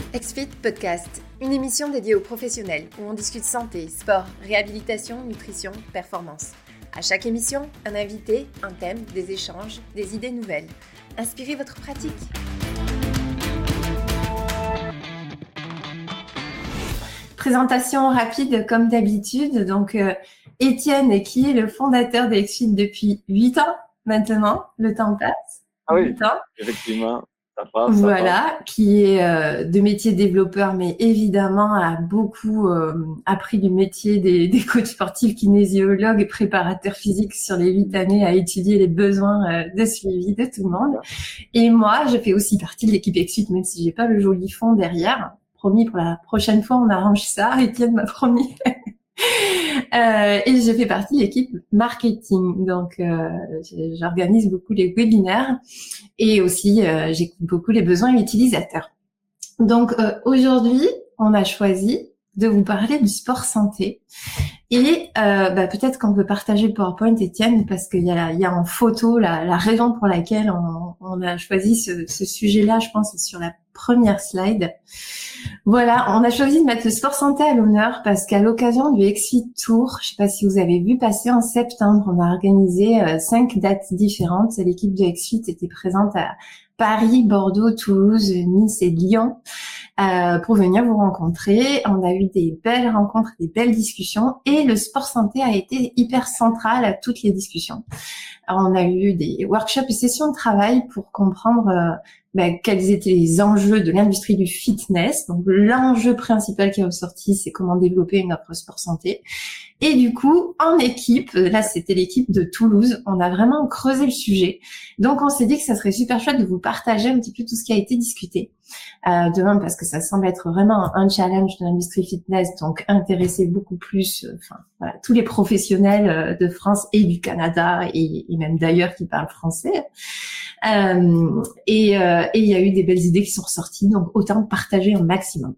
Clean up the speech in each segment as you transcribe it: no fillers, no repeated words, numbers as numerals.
XFIT Podcast, une émission dédiée aux professionnels où on discute santé, sport, réhabilitation, nutrition, performance. À chaque émission, un invité, un thème, des échanges, des idées nouvelles. Inspirez votre pratique. Présentation rapide comme d'habitude. Donc, Étienne, qui est le fondateur de XFIT depuis 8 ans maintenant. Le temps passe. Ah oui, 8 ans. effectivement. Ça passe. Voilà, qui est de métier développeur, mais évidemment a beaucoup appris du métier des coachs sportifs, kinésiologues et préparateurs physiques sur les 8 années à étudier les besoins de suivi de tout le monde. Et moi, je fais aussi partie de l'équipe XFIT, même si j'ai pas le joli fond derrière. Promis, pour la prochaine fois, on arrange ça. Étienne m'a promis. Et je fais partie de l'équipe marketing. Donc, j'organise beaucoup les webinaires et aussi, j'écoute beaucoup les besoins utilisateurs. Donc, aujourd'hui, on a choisi de vous parler du sport santé. Et peut-être qu'on peut partager le PowerPoint, Étienne, parce qu'il y a en photo la raison pour laquelle on a choisi ce sujet-là, je pense, sur la première slide. Voilà, on a choisi de mettre le sport santé à l'honneur parce qu'à l'occasion du XFIT Tour, je sais pas si vous avez vu passer en septembre, on a organisé 5 dates différentes. L'équipe de XFIT était présente à Paris, Bordeaux, Toulouse, Nice et Lyon pour venir vous rencontrer. On a eu des belles rencontres, des belles discussions et le sport santé a été hyper central à toutes les discussions. Alors, on a eu des workshops et sessions de travail pour comprendre quels étaient les enjeux de l'industrie du fitness. Donc, l'enjeu principal qui est ressorti, c'est comment développer une offre sport santé. Et du coup, en équipe, là, c'était l'équipe de Toulouse, on a vraiment creusé le sujet. Donc, on s'est dit que ça serait super chouette de vous partager un petit peu tout ce qui a été discuté. Demain, parce que ça semble être vraiment un challenge de l'industrie fitness, donc intéresser beaucoup plus tous les professionnels de France et du Canada et même d'ailleurs qui parlent français. Et il y a eu des belles idées qui sont ressorties, donc autant partager au maximum.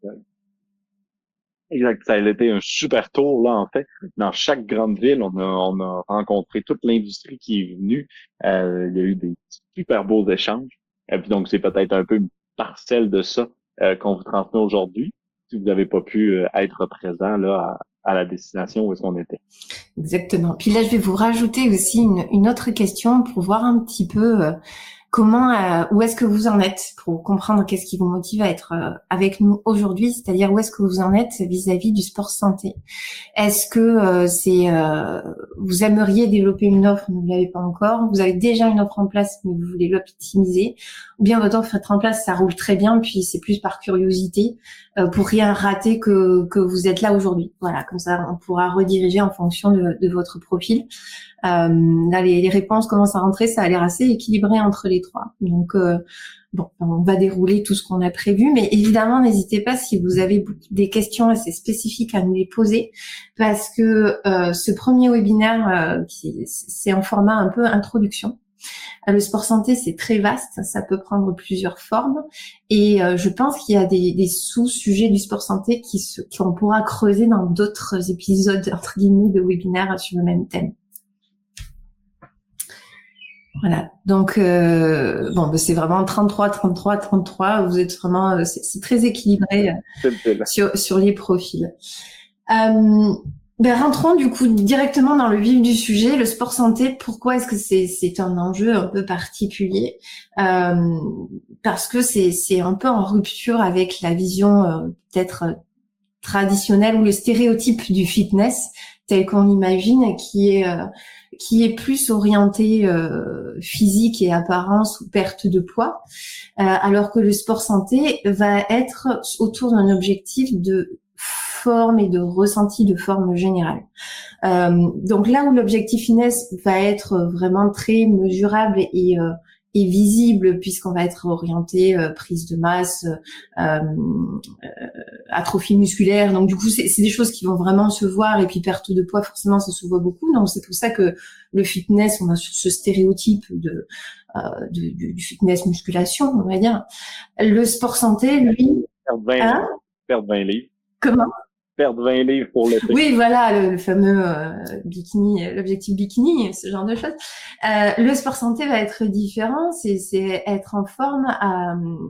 Exact. Ça a été un super tour, là, en fait. Dans chaque grande ville, on a rencontré toute l'industrie qui est venue. Il y a eu des super beaux échanges. Et puis donc, c'est peut-être un peu une parcelle de ça qu'on vous transmet aujourd'hui, si vous n'avez pas pu être présent là à la destination où est-ce qu'on était. Exactement. Puis là, je vais vous rajouter aussi une autre question pour voir un petit peu où est-ce que vous en êtes, pour comprendre qu'est-ce qui vous motive à être avec nous aujourd'hui, c'est-à-dire où est-ce que vous en êtes vis-à-vis du sport santé. Est-ce que vous aimeriez développer une offre, mais vous l'avez pas encore, vous avez déjà une offre en place, mais vous voulez l'optimiser, ou bien votre offre est en place, ça roule très bien, puis c'est plus par curiosité, pour rien rater que vous êtes là aujourd'hui. Voilà, comme ça, on pourra rediriger en fonction de votre profil. Là, les réponses commencent à rentrer, ça a l'air assez équilibré entre les trois. Donc, on va dérouler tout ce qu'on a prévu, mais évidemment, n'hésitez pas si vous avez des questions assez spécifiques à nous les poser, parce que ce premier webinaire, c'est en format un peu introduction. Le sport santé, c'est très vaste, ça peut prendre plusieurs formes, et je pense qu'il y a des sous-sujets du sport santé qu'on pourra creuser dans d'autres épisodes, entre guillemets, de webinaires sur le même thème. Voilà, donc c'est vraiment 33. Vous êtes vraiment, c'est très équilibré sur les profils. Rentrons du coup directement dans le vif du sujet. Le sport santé, pourquoi est-ce que c'est un enjeu un peu particulier? Parce que c'est un peu en rupture avec la vision peut-être traditionnelle ou le stéréotype du fitness tel qu'on l'imagine, qui est plus orienté physique et apparence ou perte de poids, alors que le sport santé va être autour d'un objectif de forme et de ressenti de forme générale. Donc là où l'objectif fitness va être vraiment très mesurable et visible, puisqu'on va être orienté prise de masse, atrophie musculaire. Donc du coup, c'est des choses qui vont vraiment se voir, et puis perte de poids, forcément, ça se voit beaucoup. Donc c'est pour ça que le fitness, on a ce stéréotype du fitness musculation, on va dire. Le sport santé, lui... Perdre 20 livres. Comment? Perdre 20 livres pour l'été. Oui, voilà, le fameux bikini, l'objectif bikini, ce genre de choses. Le sport santé va être différent, c'est être en forme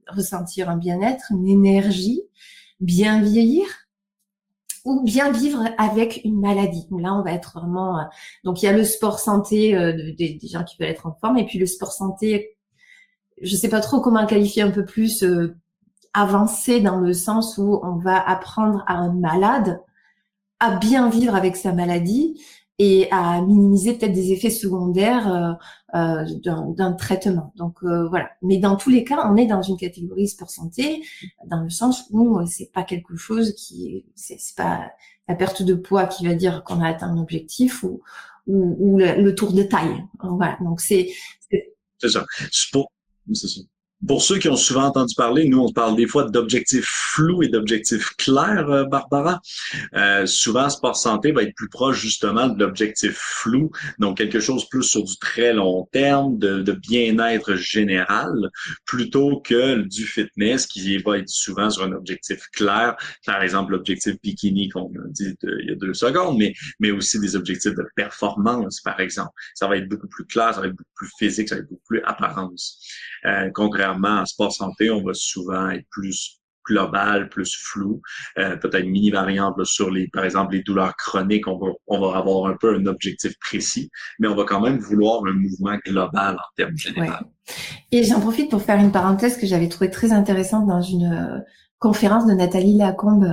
ressentir un bien-être, une énergie, bien vieillir ou bien vivre avec une maladie. Là, on va être vraiment... donc, il y a le sport santé des gens qui veulent être en forme et puis le sport santé, je sais pas trop comment le qualifier, un peu plus avancé dans le sens où on va apprendre à un malade à bien vivre avec sa maladie et à minimiser peut-être des effets secondaires d'un traitement. Donc voilà. Mais dans tous les cas, on est dans une catégorie sport santé, dans le sens où c'est pas quelque chose c'est pas la perte de poids qui va dire qu'on a atteint un objectif ou le tour de taille. Voilà. Donc c'est ça. C'est ça. Pour ceux qui ont souvent entendu parler, nous, on parle des fois d'objectifs flous et d'objectifs clairs, Barbara. Souvent, sport santé va être plus proche justement de l'objectif flou, donc quelque chose plus sur du très long terme, de bien-être général, plutôt que du fitness qui va être souvent sur un objectif clair, par exemple l'objectif bikini qu'on a dit il y a 2 secondes, mais aussi des objectifs de performance, par exemple. Ça va être beaucoup plus clair, ça va être beaucoup plus physique, ça va être beaucoup plus apparence. Contrairement en sport santé, on va souvent être plus global, plus flou, peut-être mini-variante sur par exemple, les douleurs chroniques, on va avoir un peu un objectif précis, mais on va quand même vouloir un mouvement global en termes généraux. Ouais. Et j'en profite pour faire une parenthèse que j'avais trouvée très intéressante dans une conférence de Nathalie Lacombe,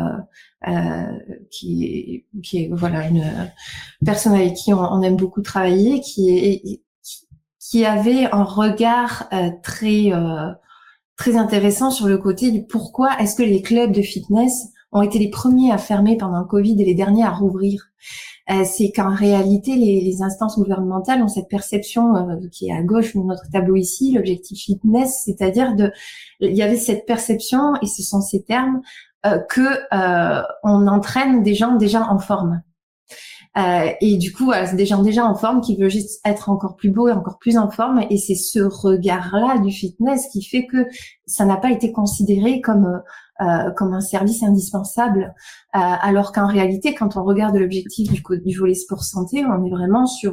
qui est voilà une personne avec qui on aime beaucoup travailler, qui avait un regard très intéressant sur le côté du pourquoi est-ce que les clubs de fitness ont été les premiers à fermer pendant le Covid et les derniers à rouvrir. C'est qu'en réalité, les instances gouvernementales ont cette perception qui est à gauche de notre tableau ici, l'objectif fitness, c'est-à-dire il y avait cette perception, et ce sont ces termes, que on entraîne des gens déjà en forme. Et du coup, c'est des gens déjà en forme qui veulent juste être encore plus beaux et encore plus en forme. Et c'est ce regard-là du fitness qui fait que ça n'a pas été considéré comme un service indispensable. Alors qu'en réalité, quand on regarde l'objectif du volet sport santé, on est vraiment sur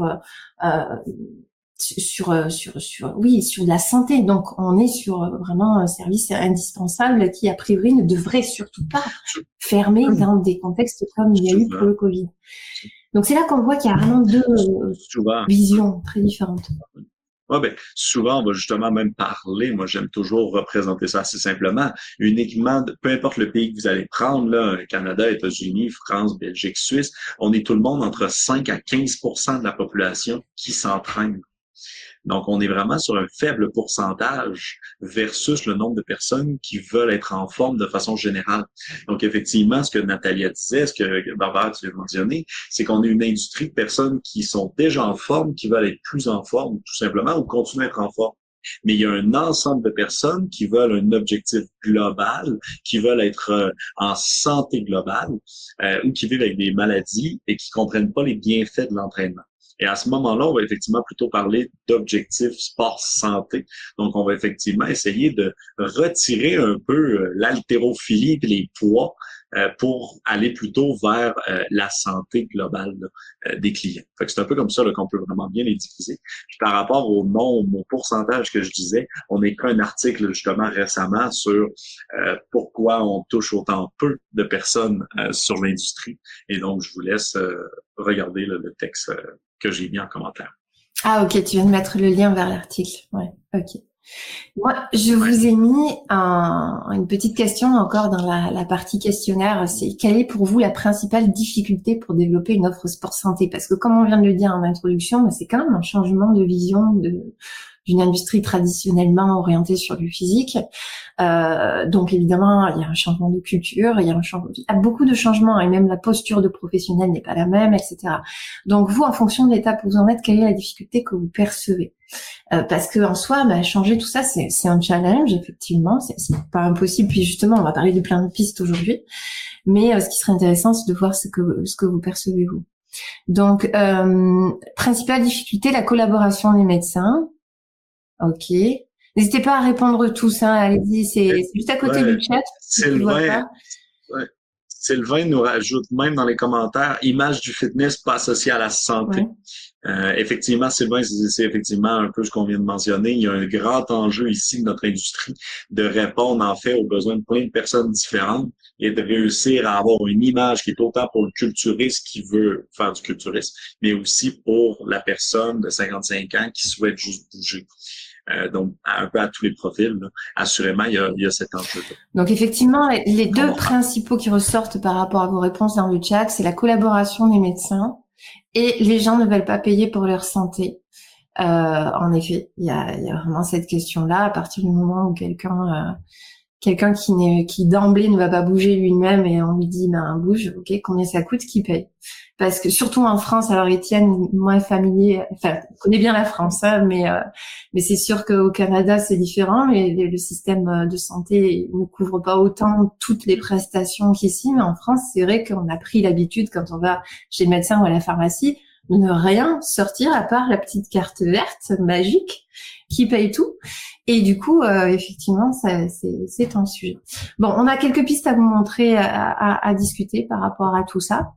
de la santé. Donc, on est sur vraiment un service indispensable qui, a priori, ne devrait surtout pas fermer dans des contextes comme il y a eu pour le Covid. Donc, c'est là qu'on voit qu'il y a vraiment deux visions très différentes. Ouais, ben, souvent, on va justement même parler, moi j'aime toujours représenter ça assez simplement, uniquement, peu importe le pays que vous allez prendre, là, Canada, États-Unis, France, Belgique, Suisse, on est tout le monde entre 5 à 15% de la population qui s'entraîne. Donc, on est vraiment sur un faible pourcentage versus le nombre de personnes qui veulent être en forme de façon générale. Donc, effectivement, ce que Natalia disait, ce que Barbara tu viens de mentionner, c'est qu'on a une industrie de personnes qui sont déjà en forme, qui veulent être plus en forme, tout simplement, ou continuer à être en forme. Mais il y a un ensemble de personnes qui veulent un objectif global, qui veulent être en santé globale, ou qui vivent avec des maladies et qui comprennent pas les bienfaits de l'entraînement. Et à ce moment-là, on va effectivement plutôt parler d'objectifs sport-santé. Donc, on va effectivement essayer de retirer un peu l'haltérophilie et les poids pour aller plutôt vers la santé globale des clients. Fait que c'est un peu comme ça qu'on peut vraiment bien les diviser. Puis par rapport au nombre, au pourcentage que je disais, on a écrit un article justement récemment sur pourquoi on touche autant peu de personnes sur l'industrie. Et donc, je vous laisse regarder le texte que j'ai mis en commentaire. Ah, ok, tu viens de mettre le lien vers l'article. Ouais, ok. Moi, je vous ai mis une petite question encore dans la partie questionnaire. C'est quelle est pour vous la principale difficulté pour développer une offre sport santé? Parce que comme on vient de le dire en introduction, c'est quand même un changement de vision d'une industrie traditionnellement orientée sur du physique. Donc évidemment, il y a un changement de culture, il y a beaucoup de changements et même la posture de professionnel n'est pas la même, etc. Donc vous, en fonction de l'étape où vous en êtes, quelle est la difficulté que vous percevez? Parce que en soi, changer tout ça, c'est un challenge, effectivement, c'est pas impossible. Puis justement, on va parler de plein de pistes aujourd'hui, mais ce qui serait intéressant, c'est de voir ce que vous percevez vous. Donc, principale difficulté, la collaboration des médecins. Ok. N'hésitez pas à répondre tous, hein. Allez-y, c'est juste à côté du chat. Sylvain nous rajoute même dans les commentaires, image du fitness pas associée à la santé. Effectivement, Sylvain, c'est effectivement un peu ce qu'on vient de mentionner. Il y a un grand enjeu ici de notre industrie de répondre en fait aux besoins de plein de personnes différentes et de réussir à avoir une image qui est autant pour le culturiste qui veut faire du culturisme, mais aussi pour la personne de 55 ans qui souhaite juste bouger. Donc, un peu à tous les profils, là. Assurément, il y a cet enjeu-là. Donc, effectivement, les deux principaux qui ressortent par rapport à vos réponses dans le chat, c'est la collaboration des médecins et les gens ne veulent pas payer pour leur santé. En effet, il y a vraiment cette question-là. À partir du moment où quelqu'un qui d'emblée ne va pas bouger lui-même et on lui dit ben bouge, ok, combien ça coûte, qui paye? Parce que surtout en France, alors Étienne, moins familier, enfin connaît bien la France, hein, mais c'est sûr qu'au Canada c'est différent. Le système de santé ne couvre pas autant toutes les prestations qu'ici, mais en France c'est vrai qu'on a pris l'habitude quand on va chez le médecin ou à la pharmacie de ne rien sortir à part la petite carte verte magique qui paye tout. Et du coup, effectivement, c'est un sujet. Bon, on a quelques pistes à vous montrer, à discuter par rapport à tout ça.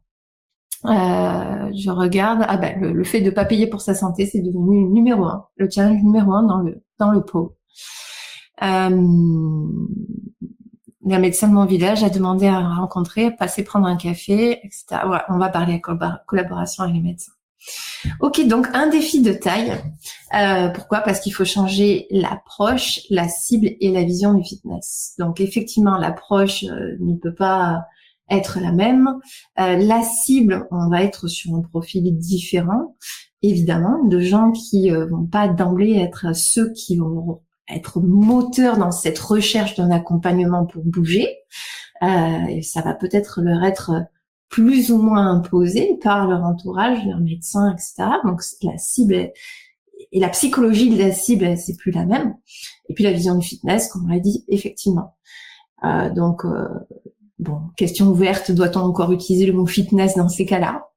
Je regarde. Ah ben, le fait de pas payer pour sa santé, c'est devenu numéro 1, le challenge numéro 1 dans le pot. La médecin de mon village a demandé à rencontrer, passer prendre un café, etc. Ouais, on va parler à collaboration avec les médecins. Ok, donc un défi de taille. Pourquoi? Parce qu'il faut changer l'approche, la cible et la vision du fitness. Donc effectivement, l'approche ne peut pas être la même. La cible, on va être sur un profil différent, évidemment, de gens qui vont pas d'emblée être ceux qui vont être moteurs dans cette recherche d'un accompagnement pour bouger. Et ça va peut-être leur être plus ou moins imposé par leur entourage, leur médecin, etc. Donc la cible et la psychologie de la cible, c'est plus la même. Et puis la vision du fitness, comme on l'a dit, effectivement. Bon, question ouverte, doit-on encore utiliser le mot fitness dans ces cas-là?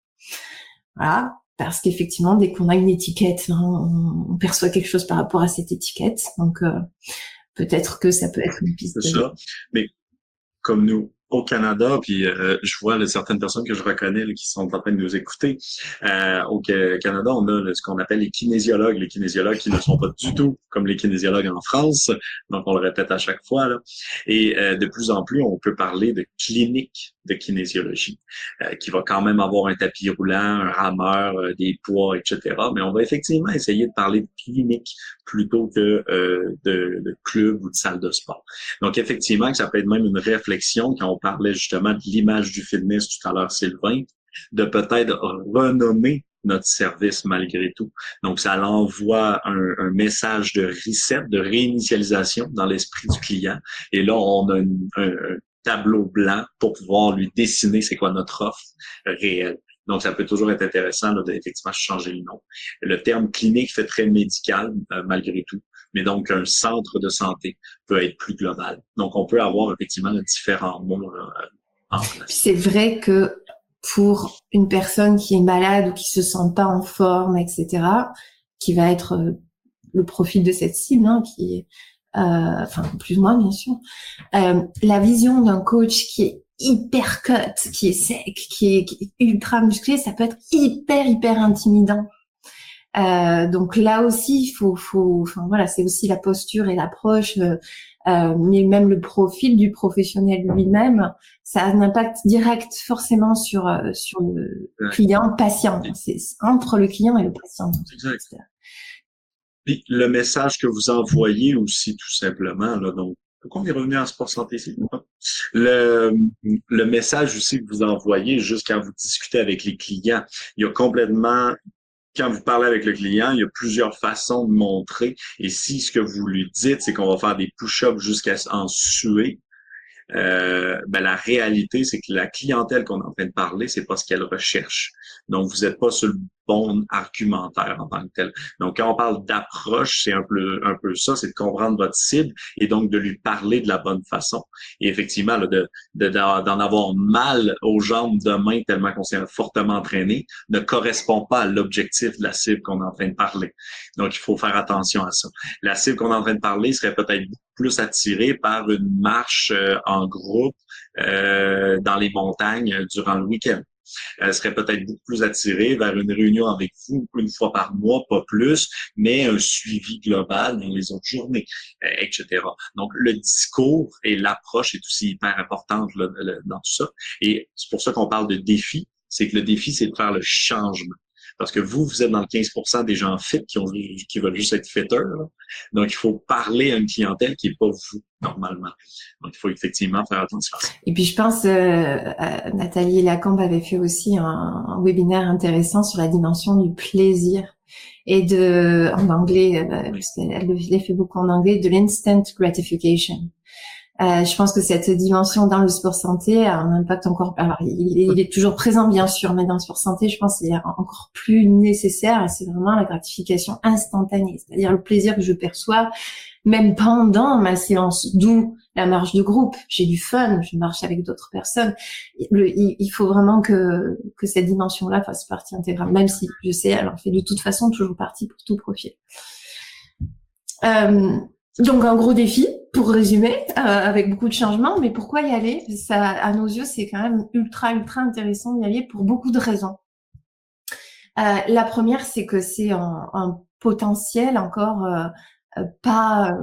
Voilà, parce qu'effectivement, dès qu'on a une étiquette, on perçoit quelque chose par rapport à cette étiquette. Donc peut-être que ça peut être une piste. C'est ça. Mais comme nous, au Canada, puis je vois là, certaines personnes que je reconnais là, qui sont en train de nous écouter. Au Canada, on a ce qu'on appelle les kinésiologues qui ne sont pas du tout comme les kinésiologues en France. Donc, on le répète à chaque fois. Là. Et de plus en plus, on peut parler de clinique de kinésiologie, qui va quand même avoir un tapis roulant, un rameur, des poids, etc. Mais on va effectivement essayer de parler de clinique plutôt que de club ou de salle de sport. Donc, effectivement, que ça peut être même une réflexion quand on parlait justement de l'image du fitness tout à l'heure, Sylvain, de peut-être renommer notre service malgré tout. Donc, ça l'envoie un message de reset, de réinitialisation dans l'esprit du client. Et là, on a un tableau blanc pour pouvoir lui dessiner c'est quoi notre offre réelle. Donc, ça peut toujours être intéressant là, d'effectivement changer le nom. Le terme clinique fait très médical malgré tout, mais donc un centre de santé peut être plus global. Donc, on peut avoir effectivement différents mots en place. C'est vrai que pour une personne qui est malade ou qui se sent pas en forme, etc., qui va être le profil de cette cible, hein, qui est, enfin plus ou moins bien sûr, la vision d'un coach qui est hyper cut, qui est sec, qui est ultra musclé, ça peut être hyper intimidant. Donc là aussi, il faut, enfin voilà, c'est aussi la posture et l'approche, mais même le profil du professionnel lui-même, ça a un impact direct forcément sur le client patient. C'est entre le client et le patient. Exact. Puis le message que vous envoyez aussi tout simplement là, donc on est revenu en sport santé ici. Le message aussi que vous envoyez juste quand vous discutez avec les clients, il y a complètement quand vous parlez avec le client, il y a plusieurs façons de montrer. Et si ce que vous lui dites, c'est qu'on va faire des push-ups jusqu'à en suer, ben la réalité, c'est que la clientèle qu'on est en train de parler, c'est pas ce qu'elle recherche. Donc, vous n'êtes pas sur le bon argumentaire en tant que tel. Donc, quand on parle d'approche, c'est un peu ça, c'est de comprendre votre cible et donc de lui parler de la bonne façon. Et effectivement, là, d'en avoir mal aux jambes de main tellement qu'on s'est fortement entraîné ne correspond pas à l'objectif de la cible qu'on est en train de parler. Donc, il faut faire attention à ça. La cible qu'on est en train de parler serait peut-être plus attirée par une marche en groupe dans les montagnes durant le week-end. seraient peut-être beaucoup plus attirés vers une réunion avec vous une fois par mois, pas plus, mais un suivi global dans les autres journées, etc. Donc, le discours et l'approche est aussi hyper importante là, dans tout ça. Et c'est pour ça qu'on parle de défi. C'est que le défi, c'est de faire le changement. Parce que vous êtes dans le 15% des gens fit qui veulent juste être fitters. Là. Donc, il faut parler à une clientèle qui n'est pas vous, normalement. Donc, il faut effectivement faire attention. Et puis, je pense, Nathalie Lacombe avait fait aussi un webinaire intéressant sur la dimension du plaisir et en anglais, parce qu'elle le fait beaucoup en anglais, de l'instant gratification. Je pense que cette dimension dans le sport santé a un impact encore. Alors, il est toujours présent, bien sûr, mais dans le sport santé, je pense qu'il est encore plus nécessaire. C'est vraiment la gratification instantanée, c'est-à-dire le plaisir que je perçois même pendant ma séance, d'où la marche de groupe. J'ai du fun, je marche avec d'autres personnes. Il faut vraiment que cette dimension-là fasse partie intégrale, même si je sais, elle en fait de toute façon toujours partie pour tout profil. Donc un gros défi, pour résumer, avec beaucoup de changements, mais pourquoi y aller? Ça, à nos yeux, c'est quand même ultra intéressant d'y aller pour beaucoup de raisons. La première, c'est que c'est un potentiel encore pas...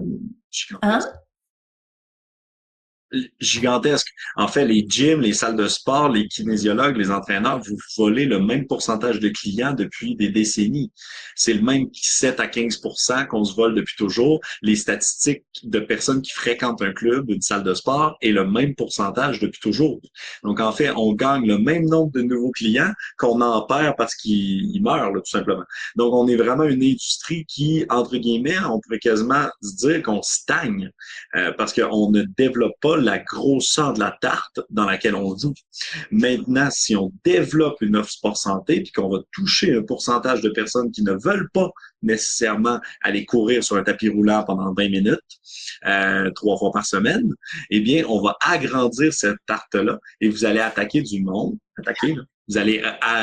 Gigantesque. En fait, les gyms, les salles de sport, les kinésiologues, les entraîneurs, vous volez le même pourcentage de clients depuis des décennies. C'est le même 7 à 15% qu'on se vole depuis toujours. Les statistiques de personnes qui fréquentent un club, une salle de sport, est le même pourcentage depuis toujours. Donc, en fait, on gagne le même nombre de nouveaux clients qu'on en perd parce qu'ils meurent, là, tout simplement. Donc, on est vraiment une industrie qui, entre guillemets, on pourrait quasiment se dire qu'on stagne parce qu'on ne développe pas la grosseur de la tarte dans laquelle on vit. Maintenant, si on développe une offre sport santé puis qu'on va toucher un pourcentage de personnes qui ne veulent pas nécessairement aller courir sur un tapis roulant pendant 20 minutes, 3 fois par semaine, eh bien, on va agrandir cette tarte-là et vous allez attaquer du monde. Vous allez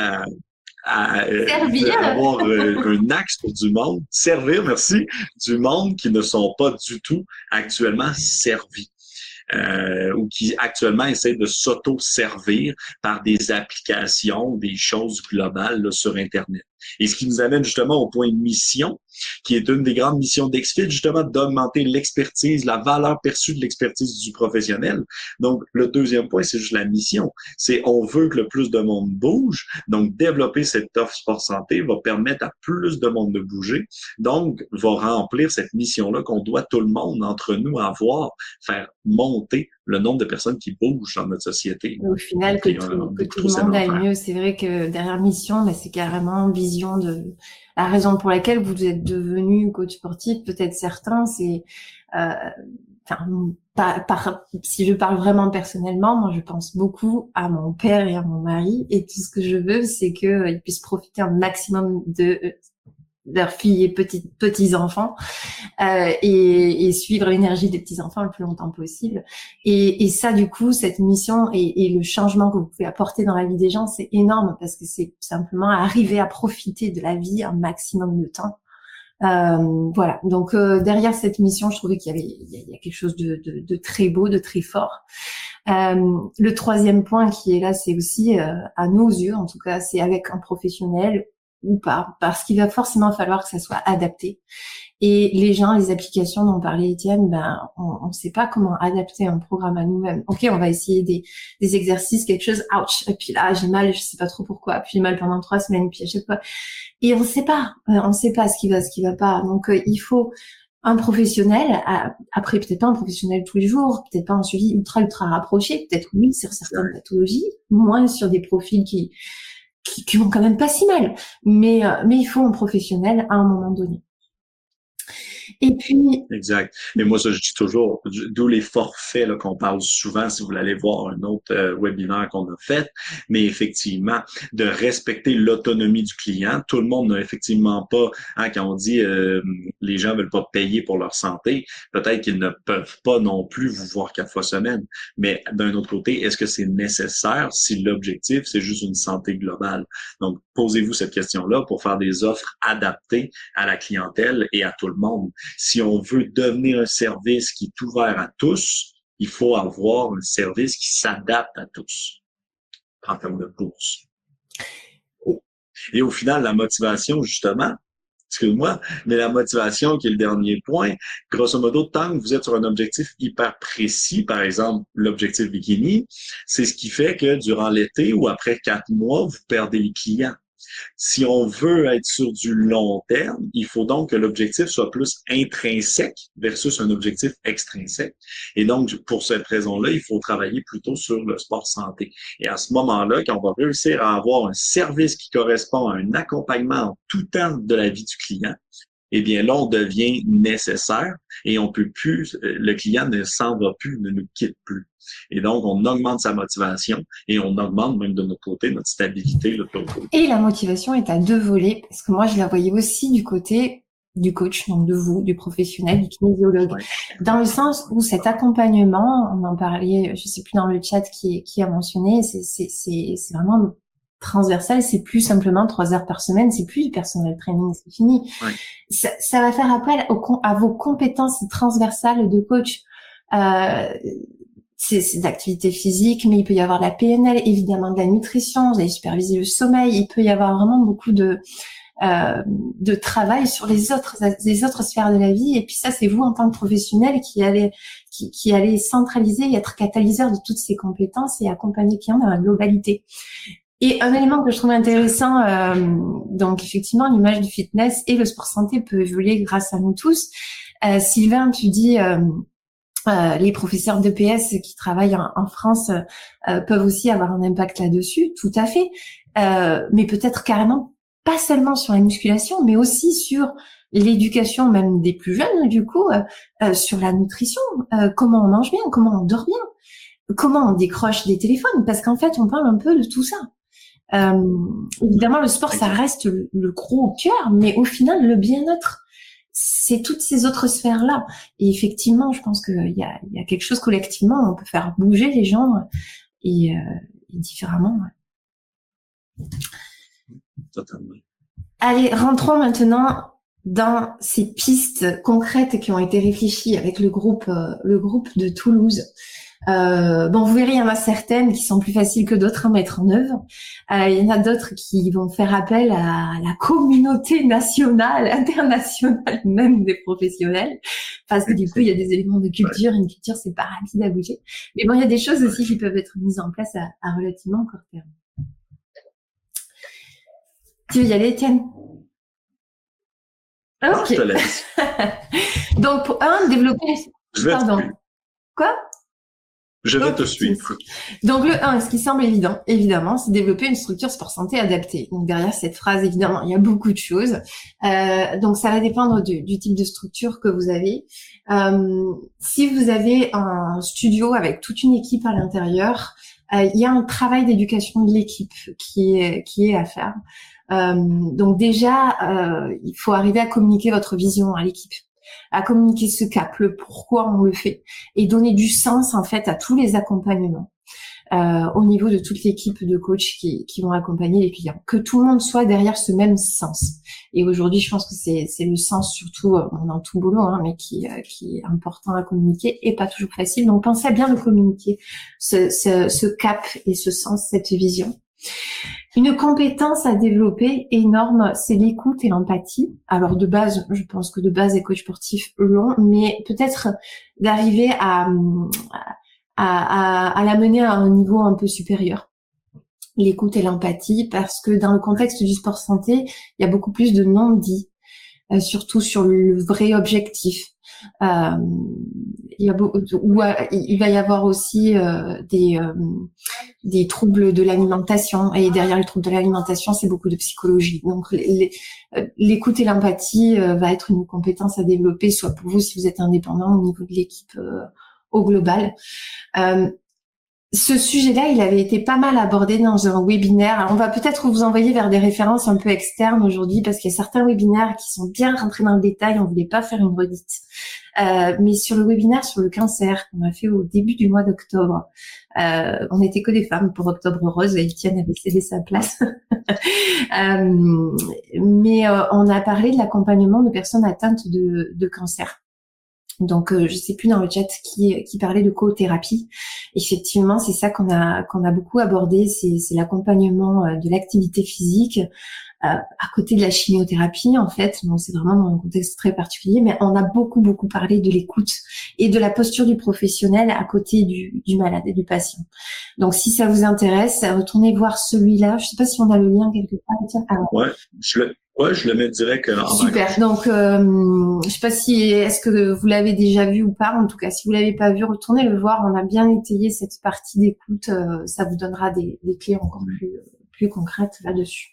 avoir un axe pour du monde, servir, merci, du monde qui ne sont pas du tout actuellement servis. Ou qui actuellement essaient de s'auto-servir par des applications, des choses globales là, sur Internet. Et ce qui nous amène justement au point de mission, qui est une des grandes missions d'Exfit, justement d'augmenter l'expertise, la valeur perçue de l'expertise du professionnel. Donc, le deuxième point, c'est juste la mission. C'est on veut que le plus de monde bouge. Donc, développer cette offre sport santé va permettre à plus de monde de bouger. Donc, va remplir cette mission-là qu'on doit tout le monde entre nous avoir, faire monter le nombre de personnes qui bougent dans notre société. Au final, que tout le monde aille mieux. C'est vrai que derrière mission, c'est carrément vision de la raison pour laquelle vous êtes devenu coach sportif. Peut-être certains, c'est, si je parle vraiment personnellement, moi, je pense beaucoup à mon père et à mon mari, et tout ce que je veux, c'est qu'ils puissent profiter un maximum de leurs filles et petits enfants et suivre l'énergie des petits enfants le plus longtemps possible, et ça, du coup, cette mission et le changement que vous pouvez apporter dans la vie des gens, c'est énorme, parce que c'est simplement arriver à profiter de la vie un maximum de temps. Voilà, donc derrière cette mission, je trouvais qu'il y a quelque chose de très beau, de très fort. Le troisième point qui est là, c'est aussi à nos yeux, en tout cas, c'est avec un professionnel ou pas, parce qu'il va forcément falloir que ça soit adapté. Et les gens, les applications dont parlait Étienne, on ne sait pas comment adapter un programme à nous-mêmes. Ok, on va essayer des exercices, quelque chose, ouch, et puis là, j'ai mal, je sais pas trop pourquoi, puis j'ai mal pendant 3 semaines, puis à chaque fois. Et on sait pas ce qui va pas. Donc, il faut un professionnel, après peut-être pas un professionnel tous les jours, peut-être pas un suivi ultra rapproché, peut-être oui sur certaines pathologies, moins sur des profils qui vont quand même pas si mal, mais il faut un professionnel à un moment donné. Et puis... Exact. Et moi, ça, je dis toujours, d'où les forfaits là, qu'on parle souvent, si vous voulez aller voir un autre webinaire qu'on a fait, mais effectivement, de respecter l'autonomie du client. Tout le monde n'a effectivement pas, quand on dit les gens veulent pas payer pour leur santé, peut-être qu'ils ne peuvent pas non plus vous voir 4 fois semaine. Mais d'un autre côté, est-ce que c'est nécessaire si l'objectif, c'est juste une santé globale? Donc, posez-vous cette question-là pour faire des offres adaptées à la clientèle et à tout le monde. Si on veut devenir un service qui est ouvert à tous, il faut avoir un service qui s'adapte à tous en termes de bourse. Et au final, la motivation, justement, excuse-moi, mais la motivation qui est le dernier point, grosso modo, tant que vous êtes sur un objectif hyper précis, par exemple l'objectif bikini, c'est ce qui fait que durant l'été ou après 4 mois, vous perdez les clients. Si on veut être sur du long terme, il faut donc que l'objectif soit plus intrinsèque versus un objectif extrinsèque. Et donc, pour cette raison-là, il faut travailler plutôt sur le sport santé. Et à ce moment-là, quand on va réussir à avoir un service qui correspond à un accompagnement en tout temps de la vie du client, eh bien là, on devient nécessaire et on peut plus, le client ne s'en va plus, ne nous quitte plus. Et donc, on augmente sa motivation et on augmente même de notre côté notre stabilité. Là, et la motivation est à 2 volets, parce que moi, je la voyais aussi du côté du coach, donc de vous, du professionnel, du kinésiologue. Ouais. Dans le sens où cet accompagnement, on en parlait, je sais plus dans le chat qui a mentionné, c'est vraiment transversal, c'est plus simplement 3 heures par semaine, c'est plus du personnel training, c'est fini. Ouais. Ça va faire appel à vos compétences transversales de coach. C'est d'activité physique, mais il peut y avoir de la PNL, évidemment de la nutrition, vous allez superviser le sommeil, il peut y avoir vraiment beaucoup de travail sur les autres sphères de la vie. Et puis ça, c'est vous en tant que professionnel qui allez centraliser et être catalyseur de toutes ces compétences et accompagner le client dans la globalité. Et un élément que je trouve intéressant, donc effectivement, l'image du fitness et le sport santé peut évoluer grâce à nous tous. Sylvain, tu dis les professeurs d'EPS qui travaillent en France peuvent aussi avoir un impact là-dessus, tout à fait. Mais peut-être carrément pas seulement sur la musculation, mais aussi sur l'éducation même des plus jeunes, du coup, sur la nutrition, comment on mange bien, comment on dort bien, comment on décroche des téléphones, parce qu'en fait, on parle un peu de tout ça. Évidemment, le sport, ça reste le gros au cœur, mais au final, le bien-être, c'est toutes ces autres sphères-là. Et effectivement, je pense qu'il y a quelque chose collectivement, on peut faire bouger les gens et différemment. Totalement. Allez, rentrons maintenant dans ces pistes concrètes qui ont été réfléchies avec le groupe de Toulouse. Bon, vous verrez, il y en a certaines qui sont plus faciles que d'autres à mettre en œuvre. Il y en a d'autres qui vont faire appel à la communauté nationale, internationale même des professionnels, parce que du coup, il y a des éléments de culture. Une culture, c'est pas rapide à bouger. Mais bon, il y a des choses aussi qui peuvent être mises en place à relativement court terme. Tu veux y aller, Étienne? Ok. Je te laisse. Donc, pour développer... Pardon. Quoi? Je vais te suivre. Donc, le 1, ce qui semble évident, évidemment, c'est développer une structure sport santé adaptée. Donc, derrière cette phrase, évidemment, il y a beaucoup de choses. Donc, ça va dépendre du type de structure que vous avez. Si vous avez un studio avec toute une équipe à l'intérieur, il y a un travail d'éducation de l'équipe qui est à faire. Donc déjà, il faut arriver à communiquer votre vision à l'équipe, à communiquer ce cap, le pourquoi on le fait, et donner du sens en fait à tous les accompagnements au niveau de toute l'équipe de coachs qui vont accompagner les clients. Que tout le monde soit derrière ce même sens. Et aujourd'hui, je pense que c'est le sens surtout dans tout boulot, mais qui est important à communiquer et pas toujours facile. Donc pensez à bien le communiquer, ce cap et ce sens, cette vision. Une compétence à développer énorme, c'est l'écoute et l'empathie. Alors de base, je pense que de base les coachs sportifs l'ont, mais peut-être d'arriver à la mener à un niveau un peu supérieur. L'écoute et l'empathie, parce que dans le contexte du sport santé, il y a beaucoup plus de non-dits, surtout sur le vrai objectif. Il va y avoir aussi des troubles de l'alimentation, et derrière les troubles de l'alimentation, c'est beaucoup de psychologie. Donc l'écoute et l'empathie va être une compétence à développer, soit pour vous si vous êtes indépendant, au niveau de l'équipe au global. Ce sujet-là, il avait été pas mal abordé dans un webinaire. Alors, on va peut-être vous envoyer vers des références un peu externes aujourd'hui, parce qu'il y a certains webinaires qui sont bien rentrés dans le détail. On voulait pas faire une redite. Mais sur le webinaire sur le cancer qu'on a fait au début du mois d'octobre, on n'était que des femmes pour Octobre Rose, et Étienne avait cédé sa place. Mais on a parlé de l'accompagnement de personnes atteintes de cancer. Donc, je sais plus dans le chat qui parlait de co-thérapie. Effectivement, c'est ça qu'on a beaucoup abordé, c'est l'accompagnement de l'activité physique à côté de la chimiothérapie, en fait. Bon, c'est vraiment dans un contexte très particulier, mais on a beaucoup parlé de l'écoute et de la posture du professionnel à côté du malade et du patient. Donc, si ça vous intéresse, retournez voir celui-là. Je sais pas si on a le lien quelque part. Tiens, Je le mets direct en super. Donc, je sais pas si est-ce que vous l'avez déjà vu ou pas. En tout cas, si vous l'avez pas vu, retournez le voir. On a bien étayé cette partie d'écoute. Ça vous donnera des clés encore plus concrètes là-dessus.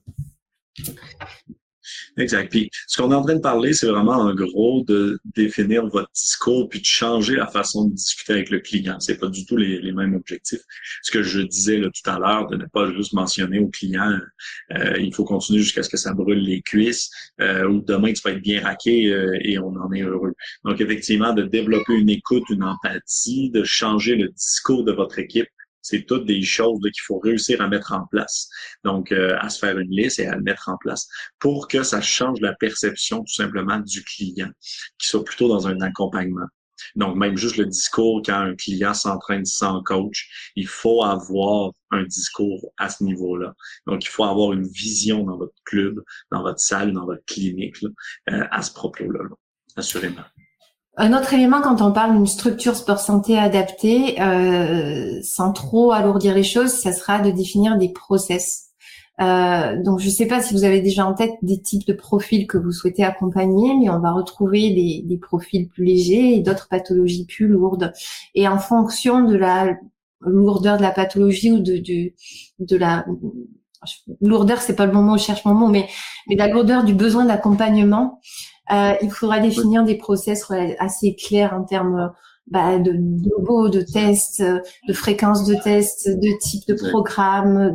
Exact. Puis, ce qu'on est en train de parler, c'est vraiment, en gros, de définir votre discours puis de changer la façon de discuter avec le client. C'est pas du tout les mêmes objectifs. Ce que je disais là, tout à l'heure, de ne pas juste mentionner au client, il faut continuer jusqu'à ce que ça brûle les cuisses, ou demain tu vas être bien raqué et on en est heureux. Donc, effectivement, de développer une écoute, une empathie, de changer le discours de votre équipe, c'est toutes des choses qu'il faut réussir à mettre en place. Donc, à se faire une liste et à le mettre en place pour que ça change la perception tout simplement du client, qui soit plutôt dans un accompagnement. Donc, même juste le discours, quand un client s'entraîne sans coach, il faut avoir un discours à ce niveau-là. Donc, il faut avoir une vision dans votre club, dans votre salle, dans votre clinique, à ce propos-là, assurément. Un autre élément quand on parle d'une structure sport-santé adaptée, sans trop alourdir les choses, ça sera de définir des process. Donc, je ne sais pas si vous avez déjà en tête des types de profils que vous souhaitez accompagner, mais on va retrouver des profils plus légers et d'autres pathologies plus lourdes. Et en fonction de la lourdeur de la pathologie ou de la lourdeur, c'est pas le moment où je cherche mon mot, mais la lourdeur du besoin d'accompagnement, il faudra définir des process assez clairs en termes de logos, de tests, de fréquence de tests, de type de programme,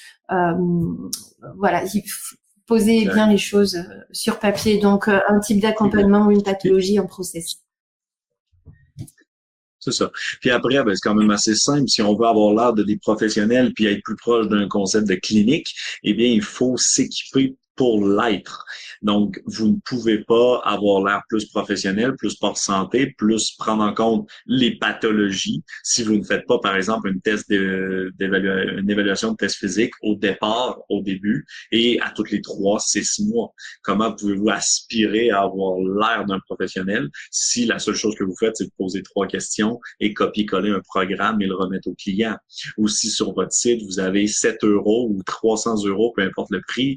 voilà, il faut poser bien les choses sur papier. Donc, un type d'accompagnement ou une pathologie en process. C'est ça. Puis après, c'est quand même assez simple. Si on veut avoir l'air de des professionnels puis être plus proche d'un concept de clinique, eh bien, il faut s'équiper pour l'être. Donc, vous ne pouvez pas avoir l'air plus professionnel, plus sport santé, plus prendre en compte les pathologies si vous ne faites pas, par exemple, une évaluation de test physique au départ, au début, et à tous les 3-6 mois. Comment pouvez-vous aspirer à avoir l'air d'un professionnel si la seule chose que vous faites, c'est de poser 3 questions et copier-coller un programme et le remettre au client? Ou si sur votre site, vous avez 7 € ou 300 €, peu importe le prix,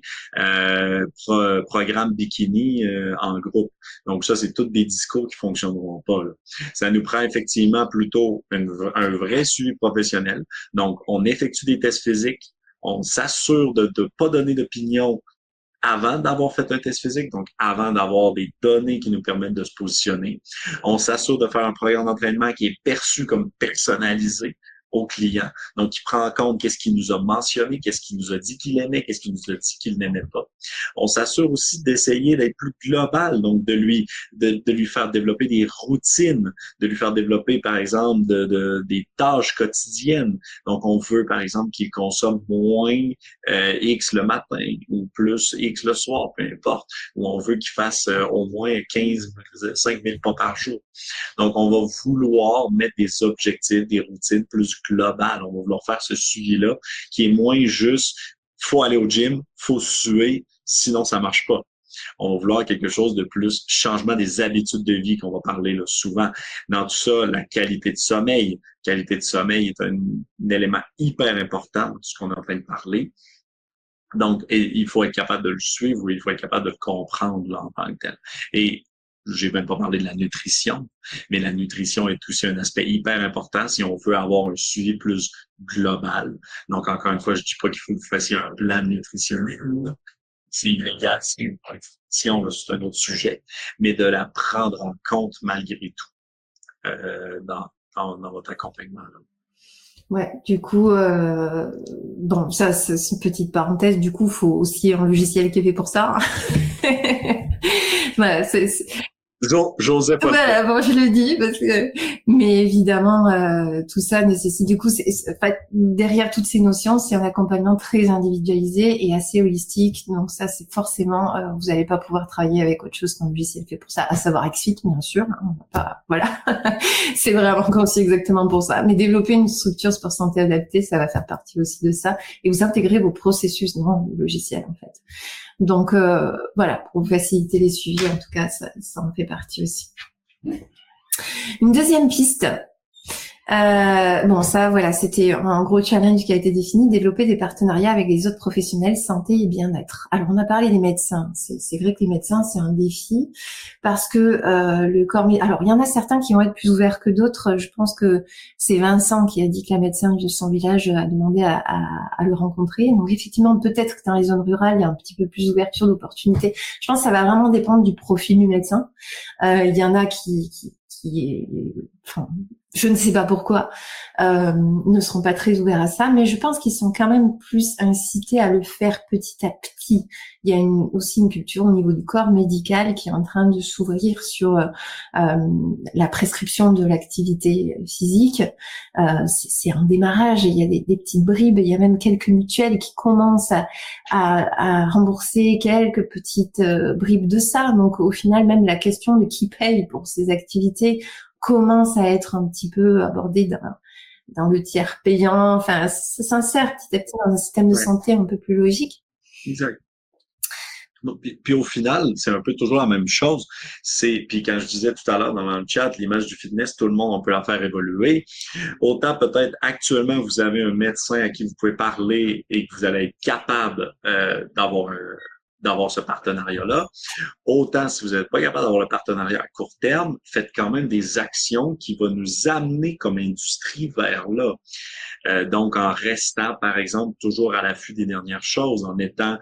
programme bikini en groupe. Donc ça, c'est tous des discours qui fonctionneront pas, là. Ça nous prend effectivement plutôt un vrai suivi professionnel. Donc, on effectue des tests physiques, on s'assure de ne pas donner d'opinion avant d'avoir fait un test physique, donc avant d'avoir des données qui nous permettent de se positionner. On s'assure de faire un programme d'entraînement qui est perçu comme personnalisé au client. Donc, il prend en compte qu'est-ce qu'il nous a mentionné, qu'est-ce qu'il nous a dit qu'il aimait, qu'est-ce qu'il nous a dit qu'il n'aimait pas. On s'assure aussi d'essayer d'être plus global, donc de lui faire développer des routines, de lui faire développer, par exemple, des tâches quotidiennes. Donc, on veut, par exemple, qu'il consomme moins X le matin ou plus X le soir, peu importe. Ou on veut qu'il fasse au moins 5 000 pas par jour. Donc, on va vouloir mettre des objectifs, des routines plus globales. On va vouloir faire ce suivi-là qui est moins juste faut aller au gym, faut suer, sinon ça marche pas. On va vouloir quelque chose de plus changement des habitudes de vie qu'on va parler là, souvent. Dans tout ça, la qualité de sommeil. Qualité de sommeil est un élément hyper important de ce qu'on est en train de parler. Donc, il faut être capable de le suivre ou il faut être capable de le comprendre là, en tant que tel. Et j'ai même pas parlé de la nutrition, mais la nutrition est aussi un aspect hyper important si on veut avoir un suivi plus global. Donc, encore une fois, je dis pas qu'il faut que vous fassiez un plan nutritionnel. C'est illégal, c'est une nutrition, c'est un autre sujet, mais de la prendre en compte malgré tout dans votre accompagnement. Là. Ouais, du coup, bon, ça, c'est une petite parenthèse. Du coup, faut aussi un logiciel qui est fait pour ça. Voilà, J'osais pas le Voilà, faire. bon, je le dis parce que, mais évidemment, tout ça nécessite, du coup, en fait, derrière toutes ces notions, c'est un accompagnement très individualisé et assez holistique. Donc ça, c'est forcément, vous n'allez pas pouvoir travailler avec autre chose qu'un logiciel fait pour ça, à savoir XFIT, bien sûr. Hein, on va pas, voilà, c'est vraiment conçu exactement pour ça. Mais développer une structure sport santé adaptée, ça va faire partie aussi de ça et vous intégrer vos processus dans le logiciel, en fait. Donc voilà, pour vous faciliter les suivis, en tout cas, ça en fait partie aussi. Une deuxième piste. Bon, ça, voilà, c'était un gros challenge qui a été défini, développer des partenariats avec les autres professionnels santé et bien-être. Alors, on a parlé des médecins. C'est vrai que les médecins, c'est un défi parce que le corps... Alors, il y en a certains qui vont être plus ouverts que d'autres. Je pense que c'est Vincent qui a dit que la médecin de son village a demandé à le rencontrer. Donc, effectivement, peut-être que dans les zones rurales, il y a un petit peu plus d'ouverture d'opportunités. Je pense que ça va vraiment dépendre du profil du médecin. Il y en a enfin, je ne sais pas pourquoi, ne seront pas très ouverts à ça, mais je pense qu'ils sont quand même plus incités à le faire petit à petit. Il y a aussi une culture au niveau du corps médical qui est en train de s'ouvrir sur la prescription de l'activité physique. C'est un démarrage, et il y a des petites bribes, il y a même quelques mutuelles qui commencent à rembourser quelques petites bribes de ça. Donc au final, même la question de qui paye pour ces activités commence à être un petit peu abordée dans le tiers payant. Enfin, ça s'insère petit à petit dans un système de santé un peu plus logique. Exact. Donc, puis au final, c'est un peu toujours la même chose. Puis quand je disais tout à l'heure dans le chat, l'image du fitness, tout le monde, on peut la faire évoluer. Autant peut-être actuellement, vous avez un médecin à qui vous pouvez parler et que vous allez être capable d'avoir ce partenariat-là. Autant si vous n'êtes pas capable d'avoir le partenariat à court terme, faites quand même des actions qui vont nous amener comme industrie vers là. Donc, en restant, par exemple, toujours à l'affût des dernières choses, en étant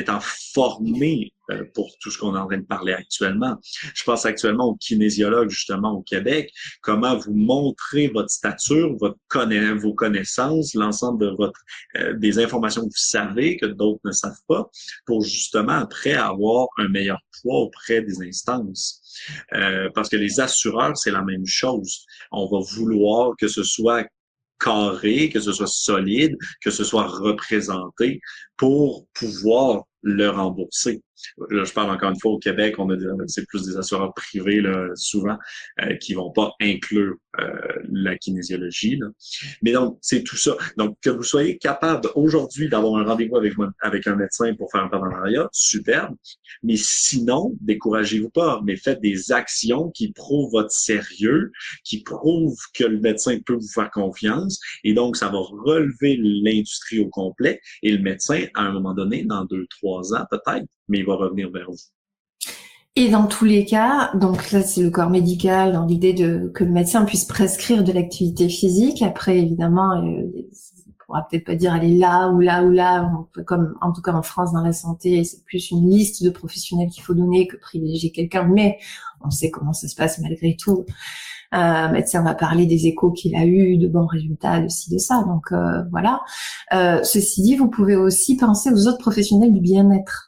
formé pour tout ce qu'on est en train de parler actuellement. Je pense actuellement aux kinésiologues, justement, au Québec, comment vous montrez votre stature, vos connaissances, l'ensemble de des informations que vous savez que d'autres ne savent pas, pour justement, après, avoir un meilleur poids auprès des instances. Parce que les assureurs, c'est la même chose. On va vouloir que ce soit carré, que ce soit solide, que ce soit représenté pour pouvoir le rembourser. Là, je parle encore une fois au Québec, c'est plus des assureurs privés là, souvent qui vont pas inclure la kinésiologie. Là. Mais donc, c'est tout ça. Donc, que vous soyez capable aujourd'hui d'avoir un rendez-vous avec un médecin pour faire un partenariat, superbe. Mais sinon, découragez-vous pas, mais faites des actions qui prouvent votre sérieux, qui prouvent que le médecin peut vous faire confiance. Et donc, ça va relever l'industrie au complet. Et le médecin, à un moment donné, dans 2-3 ans peut-être, mais il va revenir vers vous. Et dans tous les cas, donc là c'est le corps médical dans l'idée que le médecin puisse prescrire de l'activité physique. Après évidemment, on pourra peut-être pas dire aller là ou là ou là. Comme en tout cas en France dans la santé, c'est plus une liste de professionnels qu'il faut donner que privilégier quelqu'un. Mais on sait comment ça se passe malgré tout. Un médecin va parler des échos qu'il a eu, de bons résultats, de ci, de ça. Donc voilà. Ceci dit, vous pouvez aussi penser aux autres professionnels du bien-être.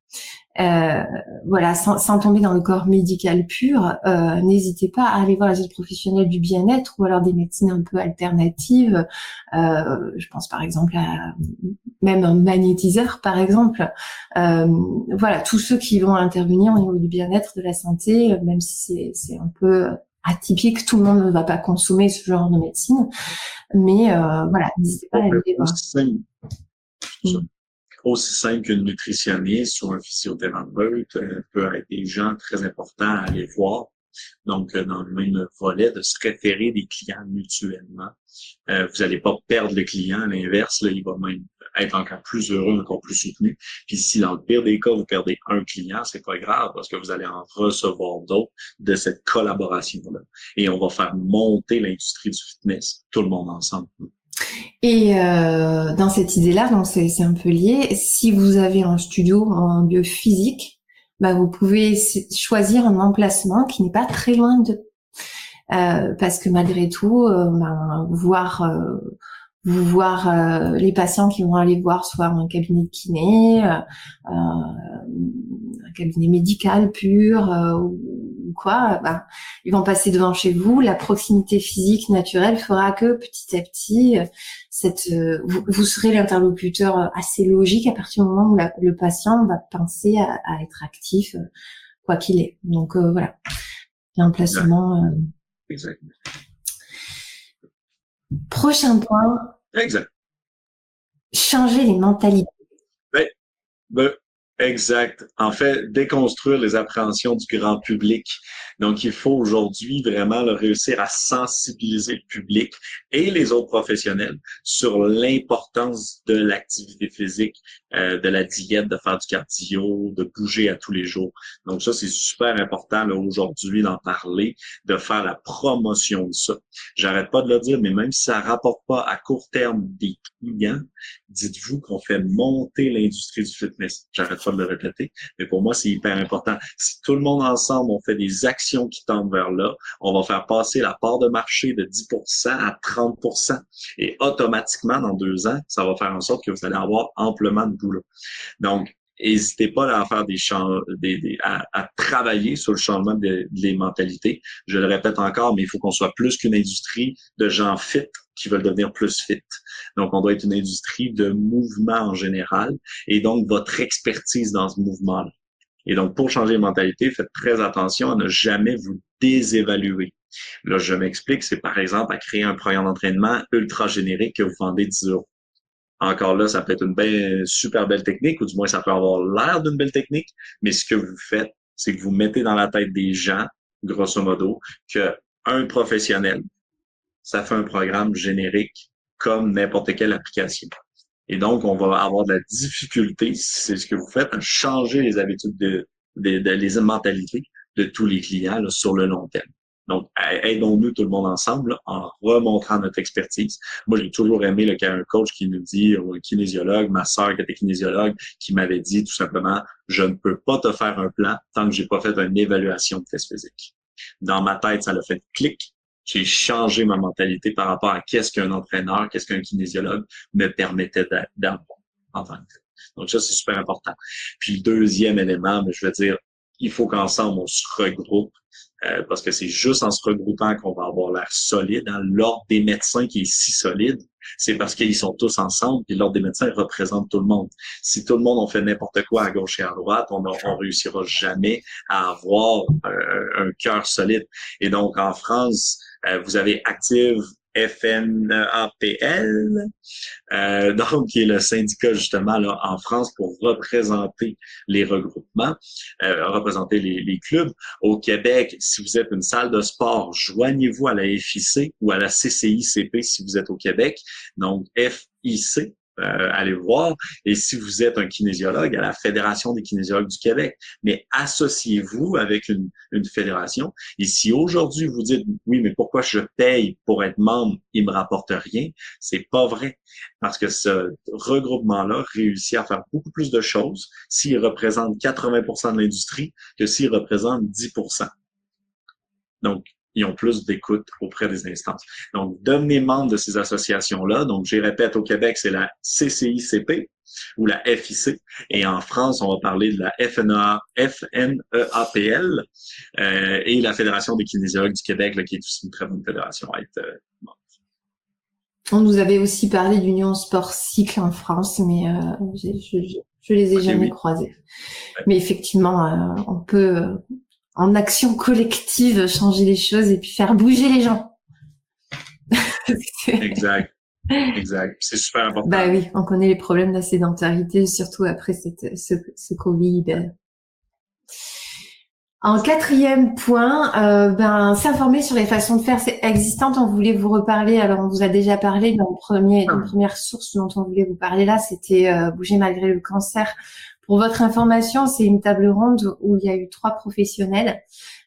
Voilà, sans tomber dans le corps médical pur, n'hésitez pas à aller voir les autres professionnels du bien-être ou alors des médecines un peu alternatives. Je pense par exemple à même un magnétiseur, par exemple. Voilà, tous ceux qui vont intervenir au niveau du bien-être, de la santé, même si c'est un peu atypique, tout le monde ne va pas consommer ce genre de médecine, mais voilà, n'hésitez pas à aller les voir. Aussi simple qu'une nutritionniste ou un physiothérapeute peut être des gens très importants à aller voir. Donc, dans le même volet, de se référer des clients mutuellement. Vous n'allez pas perdre le client, à l'inverse, là, il va même être encore plus heureux, encore plus soutenu. Puis si dans le pire des cas, vous perdez un client, c'est pas grave parce que vous allez en recevoir d'autres de cette collaboration-là. Et on va faire monter l'industrie du fitness, tout le monde ensemble. Et dans cette idée-là, donc c'est un peu lié. Si vous avez un studio en biophysique, bah vous pouvez choisir un emplacement qui n'est pas très loin de, parce que malgré tout, voir les patients qui vont aller voir soit un cabinet de kiné, un cabinet médical pur ou quoi, ils vont passer devant chez vous. La proximité physique naturelle fera que petit à petit, vous serez l'interlocuteur assez logique à partir du moment où le patient va penser à être actif, quoi qu'il est. Donc voilà, l'emplacement. Exact. Prochain point. Exact. Changer les mentalités. Ben, exact. En fait, déconstruire les appréhensions du grand public. Donc, il faut aujourd'hui vraiment réussir à sensibiliser le public et les autres professionnels sur l'importance de l'activité physique, de la diète, de faire du cardio, de bouger à tous les jours. Donc, ça, c'est super important là, aujourd'hui d'en parler, de faire la promotion de ça. J'arrête pas de le dire, mais même si ça rapporte pas à court terme des clients, dites-vous qu'on fait monter l'industrie du fitness. J'arrête pas de le répéter, mais pour moi, c'est hyper important. Si tout le monde ensemble, on fait des actions qui tendent vers là, on va faire passer la part de marché de 10% à 30%. Et automatiquement, dans 2 ans, ça va faire en sorte que vous allez avoir amplement de boulot. Donc, n'hésitez pas à faire à travailler sur le changement des mentalités. Je le répète encore, mais il faut qu'on soit plus qu'une industrie de gens fit qui veulent devenir plus fit. Donc, on doit être une industrie de mouvement en général et donc votre expertise dans ce mouvement-là. Et donc, pour changer les mentalités, faites très attention à ne jamais vous désévaluer. Là, je m'explique, c'est par exemple à créer un programme d'entraînement ultra générique que vous vendez 10 €. Encore là, ça peut être une super belle technique, ou du moins ça peut avoir l'air d'une belle technique, mais ce que vous faites, c'est que vous mettez dans la tête des gens, grosso modo, que un professionnel, ça fait un programme générique comme n'importe quelle application. Et donc, on va avoir de la difficulté, si c'est ce que vous faites, à changer les habitudes les mentalités de tous les clients là, sur le long terme. Donc, aidons-nous tout le monde ensemble là, en remontrant notre expertise. Moi, j'ai toujours aimé qu'il y ait un coach qui nous dit, ou un kinésiologue, ma sœur qui était kinésiologue, qui m'avait dit tout simplement, je ne peux pas te faire un plan tant que j'ai pas fait une évaluation de test physique. Dans ma tête, ça l'a fait clic. J'ai changé ma mentalité par rapport à qu'est-ce qu'un entraîneur, qu'est-ce qu'un kinésiologue me permettait d'avoir en tant que tel. Donc ça, c'est super important. Puis le deuxième élément, je veux dire, il faut qu'ensemble, on se regroupe parce que c'est juste en se regroupant qu'on va avoir l'air solide. Hein. L'ordre des médecins qui est si solide, c'est parce qu'ils sont tous ensemble, puis l'ordre des médecins représente tout le monde. Si tout le monde on fait n'importe quoi à gauche et à droite, on réussira jamais à avoir un cœur solide. Et donc, en France, vous avez Active FNAPL, donc qui est le syndicat justement là en France pour représenter les regroupements, représenter les clubs. Au Québec, si vous êtes une salle de sport, joignez-vous à la FIC ou à la CCICP si vous êtes au Québec. Donc FIC. Allez voir. Et si vous êtes un kinésiologue, à la Fédération des kinésiologues du Québec. Mais associez-vous avec une fédération. Et si aujourd'hui vous dites, oui, mais pourquoi je paye pour être membre, il me rapporte rien, c'est pas vrai. Parce que ce regroupement-là réussit à faire beaucoup plus de choses s'il représente 80% de l'industrie que s'il représente 10%. Donc, ils ont plus d'écoute auprès des instances. Donc, devenez membre de ces associations-là. Donc, je répète, au Québec, c'est la CCICP ou la FIC. Et en France, on va parler de la FNEAPL et la Fédération des kinésiologues du Québec, là, qui est aussi une très bonne fédération à être membre. On nous avait aussi parlé d'Union Sport Cycle en France, mais je les ai jamais croisés. Ouais. Mais effectivement, on peut... en action collective, changer les choses et puis faire bouger les gens. Exact. C'est super important. Bah oui, on connaît les problèmes de la sédentarité, surtout après ce Covid. En 4e point, s'informer sur les façons de faire existantes. On voulait vous reparler. Alors, on vous a déjà parlé d'une première source dont on voulait vous parler là, c'était Bouger malgré le cancer. Pour votre information, c'est une table ronde où il y a eu 3 professionnels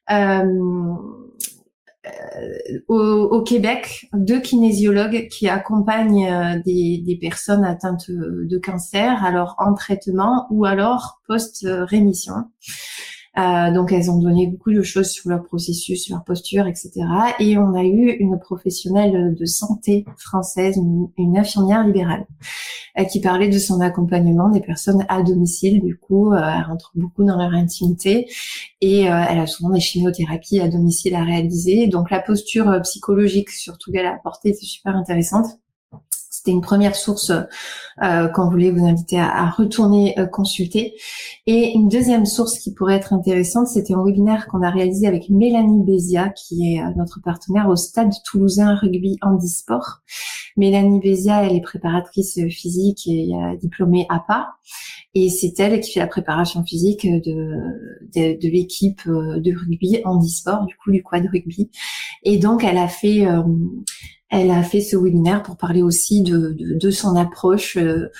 au Québec, 2 kinésiologues qui accompagnent des personnes atteintes de cancer, alors en traitement ou alors post-rémission. Donc elles ont donné beaucoup de choses sur leur processus, sur leur posture, etc. Et on a eu une professionnelle de santé française, une infirmière libérale, qui parlait de son accompagnement des personnes à domicile. Du coup, elle rentre beaucoup dans leur intimité et elle a souvent des chimiothérapies à domicile à réaliser. Donc la posture psychologique surtout qu'elle a apportée était super intéressante. C'était une première source qu'on voulait vous inviter à retourner consulter. Et une deuxième source qui pourrait être intéressante, c'était un webinaire qu'on a réalisé avec Mélanie Bézia, qui est notre partenaire au Stade Toulousain Rugby Handisport. Mélanie Bézia, elle est préparatrice physique et diplômée APA. Et c'est elle qui fait la préparation physique de l'équipe de rugby handisport, du coup du quad rugby. Et donc elle a fait ce webinaire pour parler aussi de son approche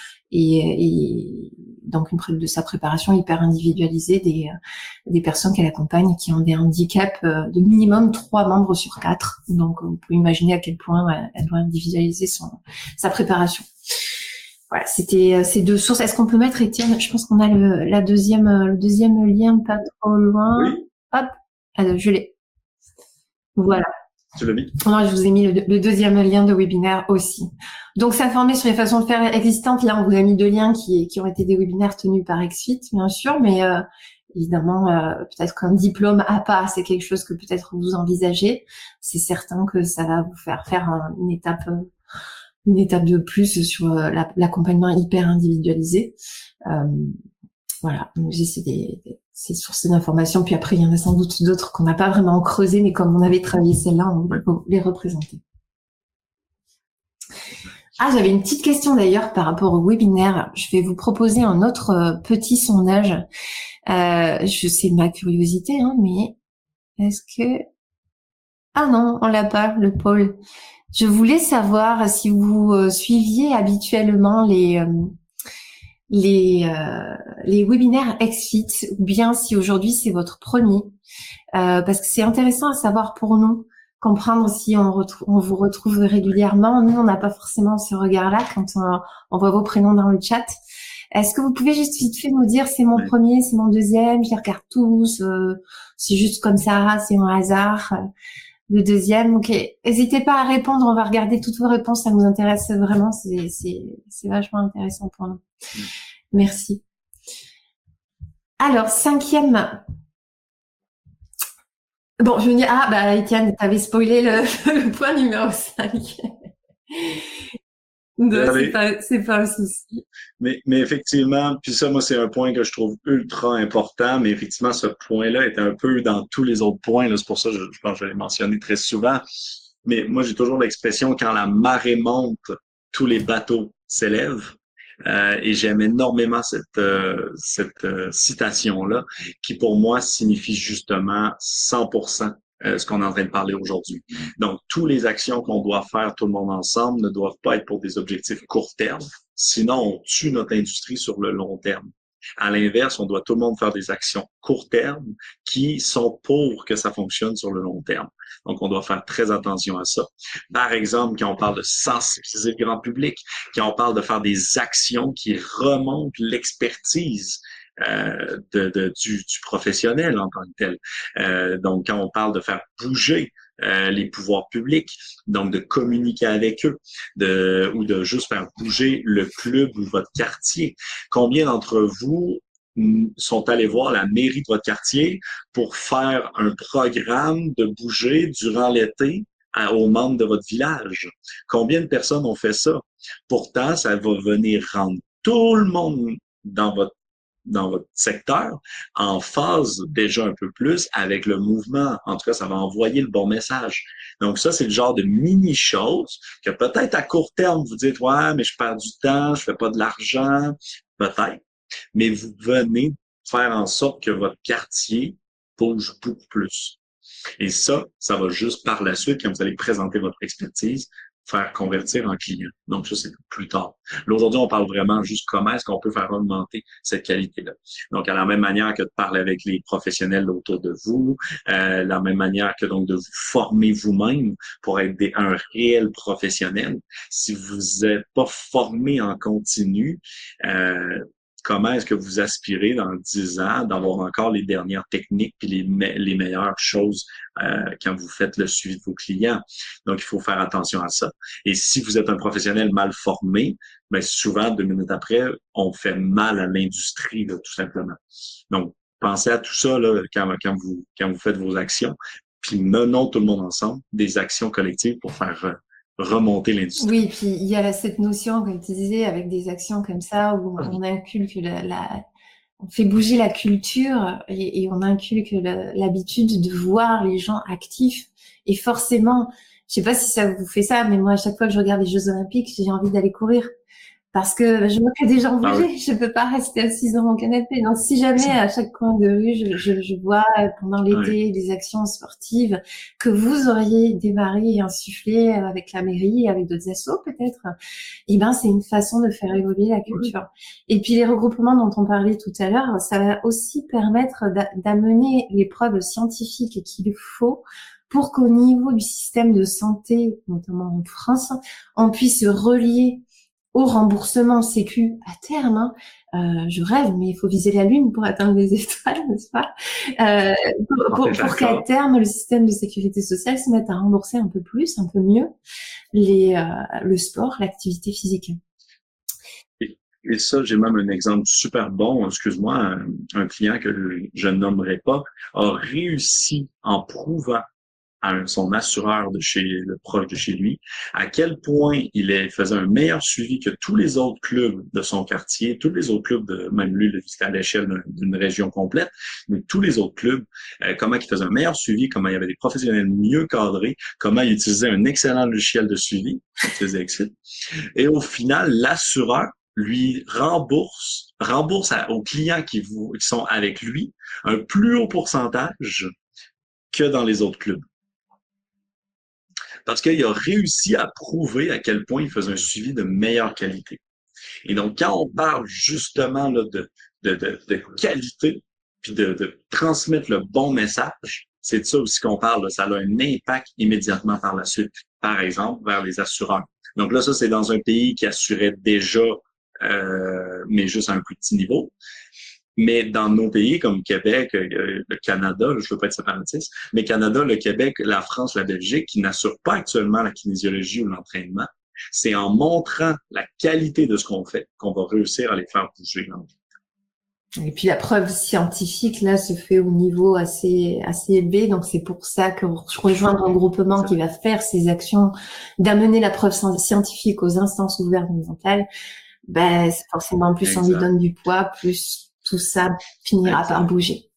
et donc de sa préparation hyper individualisée des personnes qu'elle accompagne qui ont des handicaps de minimum 3 membres sur 4. Donc on peut imaginer à quel point elle doit individualiser sa préparation. Voilà, c'était ces 2 sources. Est-ce qu'on peut mettre, Étienne, je pense qu'on a le deuxième lien pas trop loin. Oui. Hop, alors, je l'ai. Voilà. Tu l'as mis? Non, je vous ai mis le deuxième lien de webinaire aussi. Donc, s'informer sur les façons de faire existantes. Là, on vous a mis 2 liens qui ont été des webinaires tenus par XFIT, bien sûr, mais évidemment, peut-être qu'un diplôme APA, c'est quelque chose que peut-être vous envisagez. C'est certain que ça va vous faire une étape de plus sur l'accompagnement hyper individualisé. Voilà, donc j'ai ces sources d'informations, puis après il y en a sans doute d'autres qu'on n'a pas vraiment creusées, mais comme on avait travaillé celles-là, on va les représenter. Ah, j'avais une petite question d'ailleurs par rapport au webinaire. Je vais vous proposer un autre petit sondage. C'est ma curiosité, hein, mais est-ce que... Ah non, on l'a pas, le pôle. Je voulais savoir si vous suiviez habituellement les webinaires XFIT ou bien si aujourd'hui c'est votre premier, parce que c'est intéressant à savoir pour nous, comprendre si on vous retrouve régulièrement. Nous, on n'a pas forcément ce regard-là quand on voit vos prénoms dans le chat. Est-ce que vous pouvez juste vite fait nous dire c'est mon premier, c'est mon deuxième, je les regarde tous, c'est juste comme ça, c'est un hasard. Le deuxième, ok. N'hésitez pas à répondre, on va regarder toutes vos réponses, ça nous intéresse vraiment, c'est vachement intéressant pour nous. Merci. Alors, 5e. Bon, je me dis, Étienne, t'avais spoilé le point numéro 5. Non, c'est pas un souci. Mais effectivement, puis ça, moi, c'est un point que je trouve ultra important, mais effectivement, ce point-là est un peu dans tous les autres points, là. C'est pour ça que je pense que je l'ai mentionné très souvent. Mais moi, j'ai toujours l'expression, quand la marée monte, tous les bateaux s'élèvent. Et j'aime énormément cette citation-là, qui pour moi signifie justement 100% ce qu'on est en train de parler aujourd'hui. Donc, toutes les actions qu'on doit faire tout le monde ensemble ne doivent pas être pour des objectifs court terme, sinon on tue notre industrie sur le long terme. À l'inverse, on doit tout le monde faire des actions court terme qui sont pour que ça fonctionne sur le long terme. Donc, on doit faire très attention à ça. Par exemple, quand on parle de sensibiliser le grand public, quand on parle de faire des actions qui remontent l'expertise du professionnel en tant que tel. Donc, quand on parle de faire bouger les pouvoirs publics, donc de communiquer avec eux, ou de juste faire bouger le club ou votre quartier. Combien d'entre vous sont allés voir la mairie de votre quartier pour faire un programme de bouger durant l'été aux membres de votre village? Combien de personnes ont fait ça? Pourtant, ça va venir rendre tout le monde dans votre secteur en phase déjà un peu plus avec le mouvement. En tout cas, ça va envoyer le bon message. Donc ça, c'est le genre de mini-choses que peut-être à court terme, vous dites « Ouais, mais je perds du temps, je fais pas de l'argent. » Peut-être. Mais vous venez faire en sorte que votre quartier bouge beaucoup plus. Et ça va juste par la suite, quand vous allez présenter votre expertise, faire convertir en client. Donc, ça, c'est plus tard. Là, aujourd'hui, on parle vraiment juste comment est-ce qu'on peut faire augmenter cette qualité-là. Donc, à la même manière que de parler avec les professionnels autour de vous, la même manière que donc de vous former vous-même pour être un réel professionnel. Si vous n'êtes pas formé en continu, comment est-ce que vous aspirez dans 10 ans d'avoir encore les dernières techniques puis les meilleures choses quand vous faites le suivi de vos clients. Donc, il faut faire attention à ça. Et si vous êtes un professionnel mal formé, ben souvent, 2 minutes après, on fait mal à l'industrie, là, tout simplement. Donc, pensez à tout ça là, quand vous faites vos actions, puis menons tout le monde ensemble des actions collectives pour faire remonter l'industrie. Oui, puis il y a cette notion, comme tu disais, avec des actions comme ça, où on inculque on fait bouger la culture et on inculque l'habitude de voir les gens actifs. Et forcément, je sais pas si ça vous fait ça, mais moi, à chaque fois que je regarde les Jeux Olympiques, j'ai envie d'aller courir. Parce que je vois que des gens bouger, Oui. je peux pas rester assise dans mon canapé. Donc, si jamais à chaque coin de rue, je vois pendant l'été des actions sportives que vous auriez démarré et insufflé avec la mairie, avec d'autres assos peut-être, eh ben, c'est une façon de faire évoluer la culture. Et puis, les regroupements dont on parlait tout à l'heure, ça va aussi permettre d'amener les preuves scientifiques qu'il faut pour qu'au niveau du système de santé, notamment en France, on puisse relier au remboursement sécu à terme. Je rêve, mais il faut viser la Lune pour atteindre les étoiles, n'est-ce pas? Pour qu'à terme, le système de sécurité sociale se mette à rembourser un peu plus, un peu mieux le sport, l'activité physique. Et ça, j'ai même un exemple super bon. Excuse-moi, un client que je ne nommerai pas a réussi en prouvant à son assureur de chez le proche de chez lui, à quel point il faisait un meilleur suivi que tous les autres clubs de son quartier, tous les autres clubs même lui, c'était à l'échelle d'une région complète, mais tous les autres clubs, comment il faisait un meilleur suivi, comment il y avait des professionnels mieux cadrés, comment il utilisait un excellent logiciel de suivi, il utilisait Exit. Et au final, l'assureur lui rembourse aux clients qui sont avec lui un plus haut pourcentage que dans les autres clubs. Parce qu'il a réussi à prouver à quel point il faisait un suivi de meilleure qualité. Et donc, quand on parle justement là, de qualité, puis de transmettre le bon message, c'est de ça aussi qu'on parle. Là. Ça a un impact immédiatement par la suite, par exemple, vers les assureurs. Donc là, ça, c'est dans un pays qui assurait déjà, mais juste à un plus petit niveau. Mais dans nos pays comme Québec, le Canada, je ne veux pas être séparatiste, mais Canada, le Québec, la France, la Belgique, qui n'assurent pas actuellement la kinésiologie ou l'entraînement, c'est en montrant la qualité de ce qu'on fait qu'on va réussir à les faire bouger. Et puis la preuve scientifique là se fait au niveau assez élevé, donc c'est pour ça que rejoindre un groupement qui va faire ces actions d'amener la preuve scientifique aux instances gouvernementales, ben forcément plus on lui donne du poids, plus tout ça finira par bouger.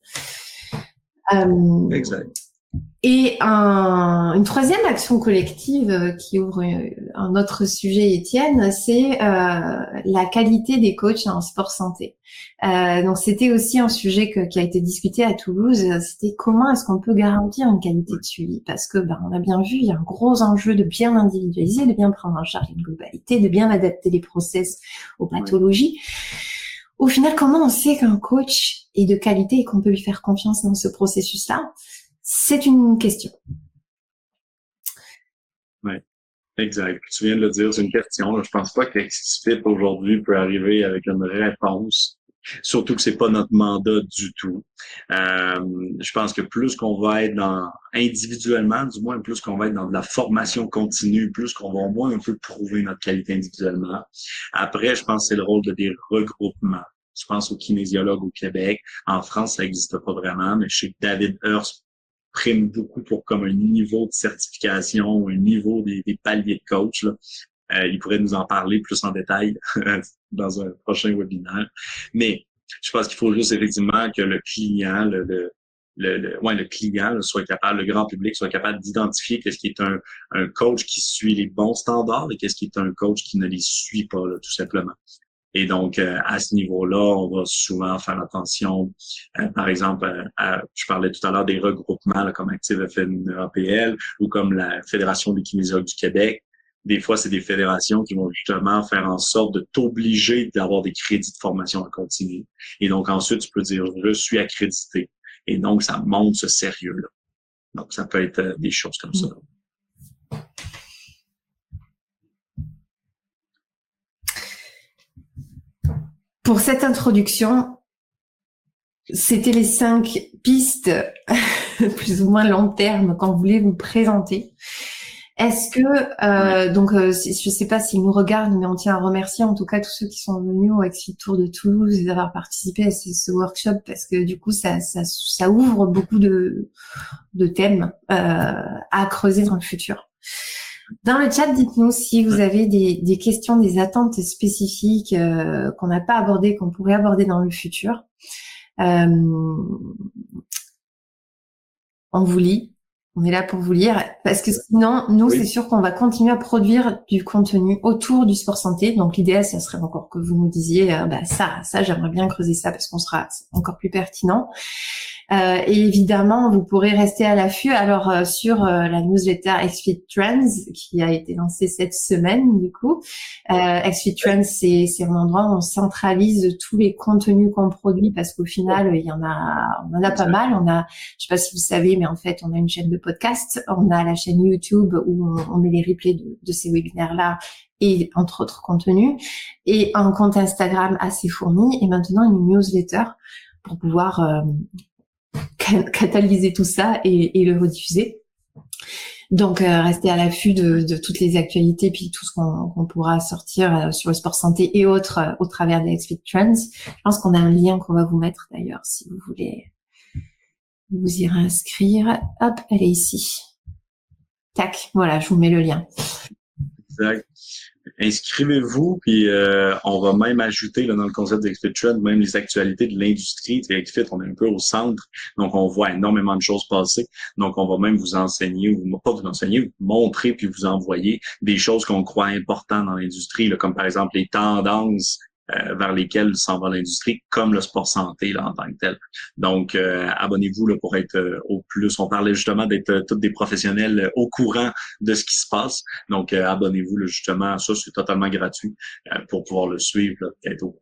Exact. Et une troisième action collective qui ouvre un autre sujet, Étienne, c'est la qualité des coachs en sport santé. Donc c'était aussi un sujet qui a été discuté à Toulouse. C'était comment est-ce qu'on peut garantir une qualité de suivi, parce que on a bien vu, il y a un gros enjeu de bien individualiser, de bien prendre en charge une globalité, de bien adapter les process aux pathologies. Au final, comment on sait qu'un coach est de qualité et qu'on peut lui faire confiance dans ce processus-là? C'est une question. Oui, exact. Tu viens de le dire, c'est une question. Je pense pas qu'Exfit aujourd'hui peut arriver avec une réponse. Surtout que c'est pas notre mandat du tout. Je pense que plus qu'on va être individuellement, du moins plus qu'on va être dans de la formation continue, plus qu'on va au moins un peu prouver notre qualité individuellement. Après, je pense que c'est le rôle des regroupements. Je pense aux kinésiologues au Québec. En France, ça n'existe pas vraiment, mais je sais que David Hurst prime beaucoup pour comme un niveau de certification, un niveau des paliers de coach. Là. Il pourrait nous en parler plus en détail dans un prochain webinaire. Mais je pense qu'il faut juste effectivement que le client, le client soit capable, le grand public soit capable d'identifier qu'est-ce qui est un coach qui suit les bons standards et qu'est-ce qui est un coach qui ne les suit pas, là, tout simplement. Et donc, à ce niveau-là, on va souvent faire attention, par exemple, je parlais tout à l'heure des regroupements là, comme Active FNAPL ou comme la Fédération des kinésiologues du Québec. Des fois, c'est des fédérations qui vont justement faire en sorte de t'obliger d'avoir des crédits de formation en continu. Et donc, ensuite, tu peux dire, je suis accrédité. Et donc, ça montre ce sérieux-là. Donc, ça peut être des choses comme ça. Pour cette introduction, c'était les 5 pistes plus ou moins long terme qu'on voulait vous présenter. Est-ce que, donc, je sais pas s'ils nous regardent, mais on tient à remercier en tout cas tous ceux qui sont venus au XFIT Tour de Toulouse et d'avoir participé à ce workshop, parce que du coup, ça ouvre beaucoup de thèmes à creuser dans le futur. Dans le chat, dites-nous si vous avez des questions, des attentes spécifiques qu'on n'a pas abordées, qu'on pourrait aborder dans le futur. On vous lit. On est là pour vous lire, parce que sinon, nous, c'est sûr qu'on va continuer à produire du contenu autour du sport santé. Donc, l'idéal, ça serait encore que vous nous disiez, ça, j'aimerais bien creuser ça parce qu'on sera encore plus pertinent. Et évidemment, vous pourrez rester à l'affût. Alors, sur la newsletter XFIT Trends, qui a été lancée cette semaine, du coup, XFIT Trends, c'est un endroit où on centralise tous les contenus qu'on produit, parce qu'au final, on en a pas mal. Je sais pas si vous savez, mais en fait, on a une chaîne de podcast, on a la chaîne YouTube où on met les replays de ces webinaires-là, et entre autres contenus, et un compte Instagram assez fourni, et maintenant une newsletter pour pouvoir catalyser tout ça et le rediffuser. Donc, restez à l'affût de toutes les actualités, puis tout ce qu'on pourra sortir sur le sport santé et autres au travers des XFIT Trends. Je pense qu'on a un lien qu'on va vous mettre d'ailleurs, si vous voulez vous y réinscrire. Hop, elle est ici. Tac, voilà, je vous mets le lien. Exact. Inscrivez-vous, puis on va même ajouter là, dans le concept d'XFIT Trend, même les actualités de l'industrie. XFIT, on est un peu au centre, donc on voit énormément de choses passer. Donc on va même vous enseigner, ou pas vous enseigner, vous montrer, puis vous envoyer des choses qu'on croit importantes dans l'industrie, là, comme par exemple les tendances vers lesquelles s'en va l'industrie, comme le sport santé là, en tant que tel. Donc, abonnez-vous là, pour être au plus. On parlait justement d'être tous des professionnels au courant de ce qui se passe. Donc, abonnez-vous là, justement. Ça, c'est totalement gratuit pour pouvoir le suivre là, bientôt.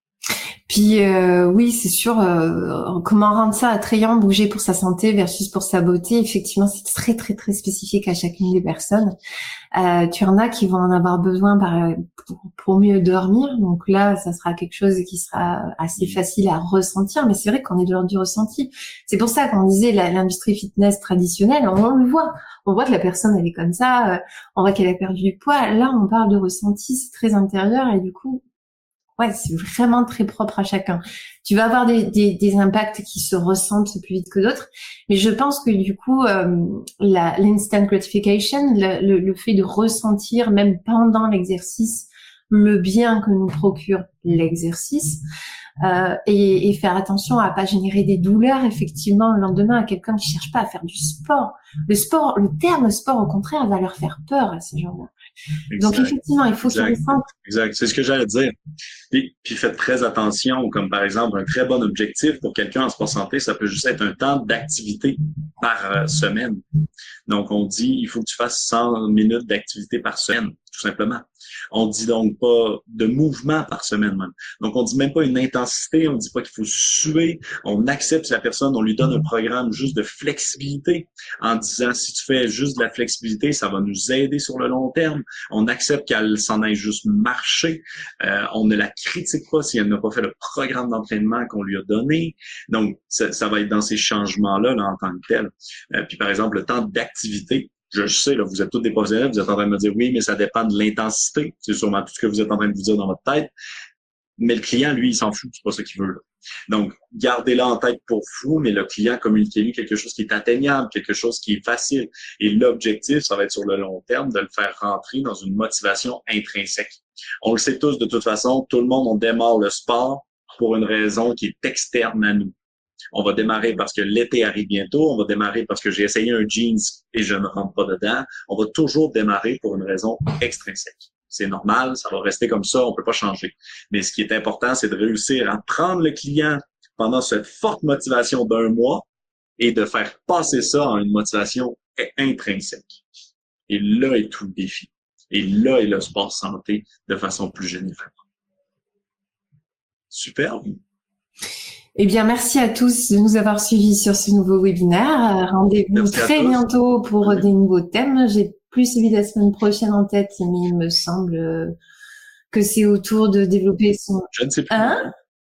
Puis oui, c'est sûr, comment rendre ça attrayant, bouger pour sa santé versus pour sa beauté, effectivement, c'est très, très, très spécifique à chacune des personnes. Tu en as qui vont en avoir besoin pour mieux dormir, donc là, ça sera quelque chose qui sera assez facile à ressentir, mais c'est vrai qu'on est de l'ordre du ressenti. C'est pour ça qu'on disait l'industrie fitness traditionnelle, on le voit. On voit que la personne, elle est comme ça, on voit qu'elle a perdu du poids. Là, on parle de ressenti, c'est très intérieur, et du coup, ouais, c'est vraiment très propre à chacun. Tu vas avoir des impacts qui se ressentent plus vite que d'autres, mais je pense que du coup, l'instant gratification, le fait de ressentir même pendant l'exercice le bien que nous procure l'exercice, et faire attention à pas générer des douleurs effectivement le lendemain à quelqu'un qui cherche pas à faire du sport. Le terme sport, au contraire, va leur faire peur à ces gens-là. Donc effectivement, il faut qu'ils ressentent. Exact, c'est ce que j'allais dire. Puis faites très attention, comme par exemple un très bon objectif pour quelqu'un en sport santé, ça peut juste être un temps d'activité par semaine. Donc on dit il faut que tu fasses 100 minutes d'activité par semaine, tout simplement. On dit donc pas de mouvement par semaine même. Donc on dit même pas une intensité, on dit pas qu'il faut suer, on accepte la personne, on lui donne un programme juste de flexibilité en disant si tu fais juste de la flexibilité, ça va nous aider sur le long terme. On accepte qu'elle s'en aille juste marcher. On ne la critique pas si elle n'a pas fait le programme d'entraînement qu'on lui a donné. Donc ça va être dans ces changements-là là, en tant que tel. Puis par exemple, le temps d'activité, je sais, là, vous êtes tous des professionnels, vous êtes en train de me dire oui, mais ça dépend de l'intensité. C'est sûrement tout ce que vous êtes en train de vous dire dans votre tête. Mais le client, lui, il s'en fout, c'est pas ça qu'il veut. Là. Donc, gardez-la en tête pour vous, mais le client, communiquez-lui quelque chose qui est atteignable, quelque chose qui est facile. Et l'objectif, ça va être sur le long terme de le faire rentrer dans une motivation intrinsèque. On le sait tous, de toute façon, tout le monde, on démarre le sport pour une raison qui est externe à nous. On va démarrer parce que l'été arrive bientôt. On va démarrer parce que j'ai essayé un jeans et je ne rentre pas dedans. On va toujours démarrer pour une raison extrinsèque. C'est normal, ça va rester comme ça, on peut pas changer. Mais ce qui est important, c'est de réussir à prendre le client pendant cette forte motivation d'un mois et de faire passer ça en une motivation intrinsèque. Et là est tout le défi. Et là est le sport santé de façon plus générale. Super. Eh bien, merci à tous de nous avoir suivis sur ce nouveau webinaire. Rendez-vous très bientôt pour des nouveaux thèmes. J'ai plus celui de la semaine prochaine en tête, mais il me semble que c'est autour de développer son... Je ne sais plus. Hein?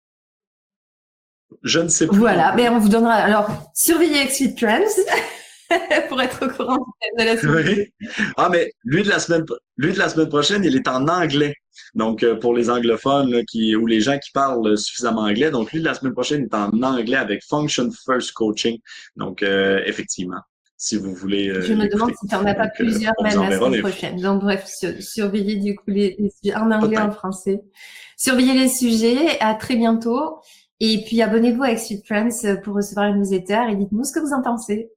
Je ne sais plus. Voilà, mais on vous donnera... Alors, surveillez XFIT Trends pour être au courant de la semaine. Oui. Ah, mais lui de la semaine prochaine, il est en anglais. Donc, pour les anglophones là, ou les gens qui parlent suffisamment anglais, donc lui de la semaine prochaine est en anglais avec Function First Coaching. Donc, effectivement, si vous voulez je me demande si tu n'en as pas plusieurs même la semaine prochaine. Donc, bref, surveillez du coup les sujets en anglais, en français. Surveillez les sujets. À très bientôt. Et puis, abonnez-vous à XFIT Trends pour recevoir une newsletter et dites-nous ce que vous en pensez.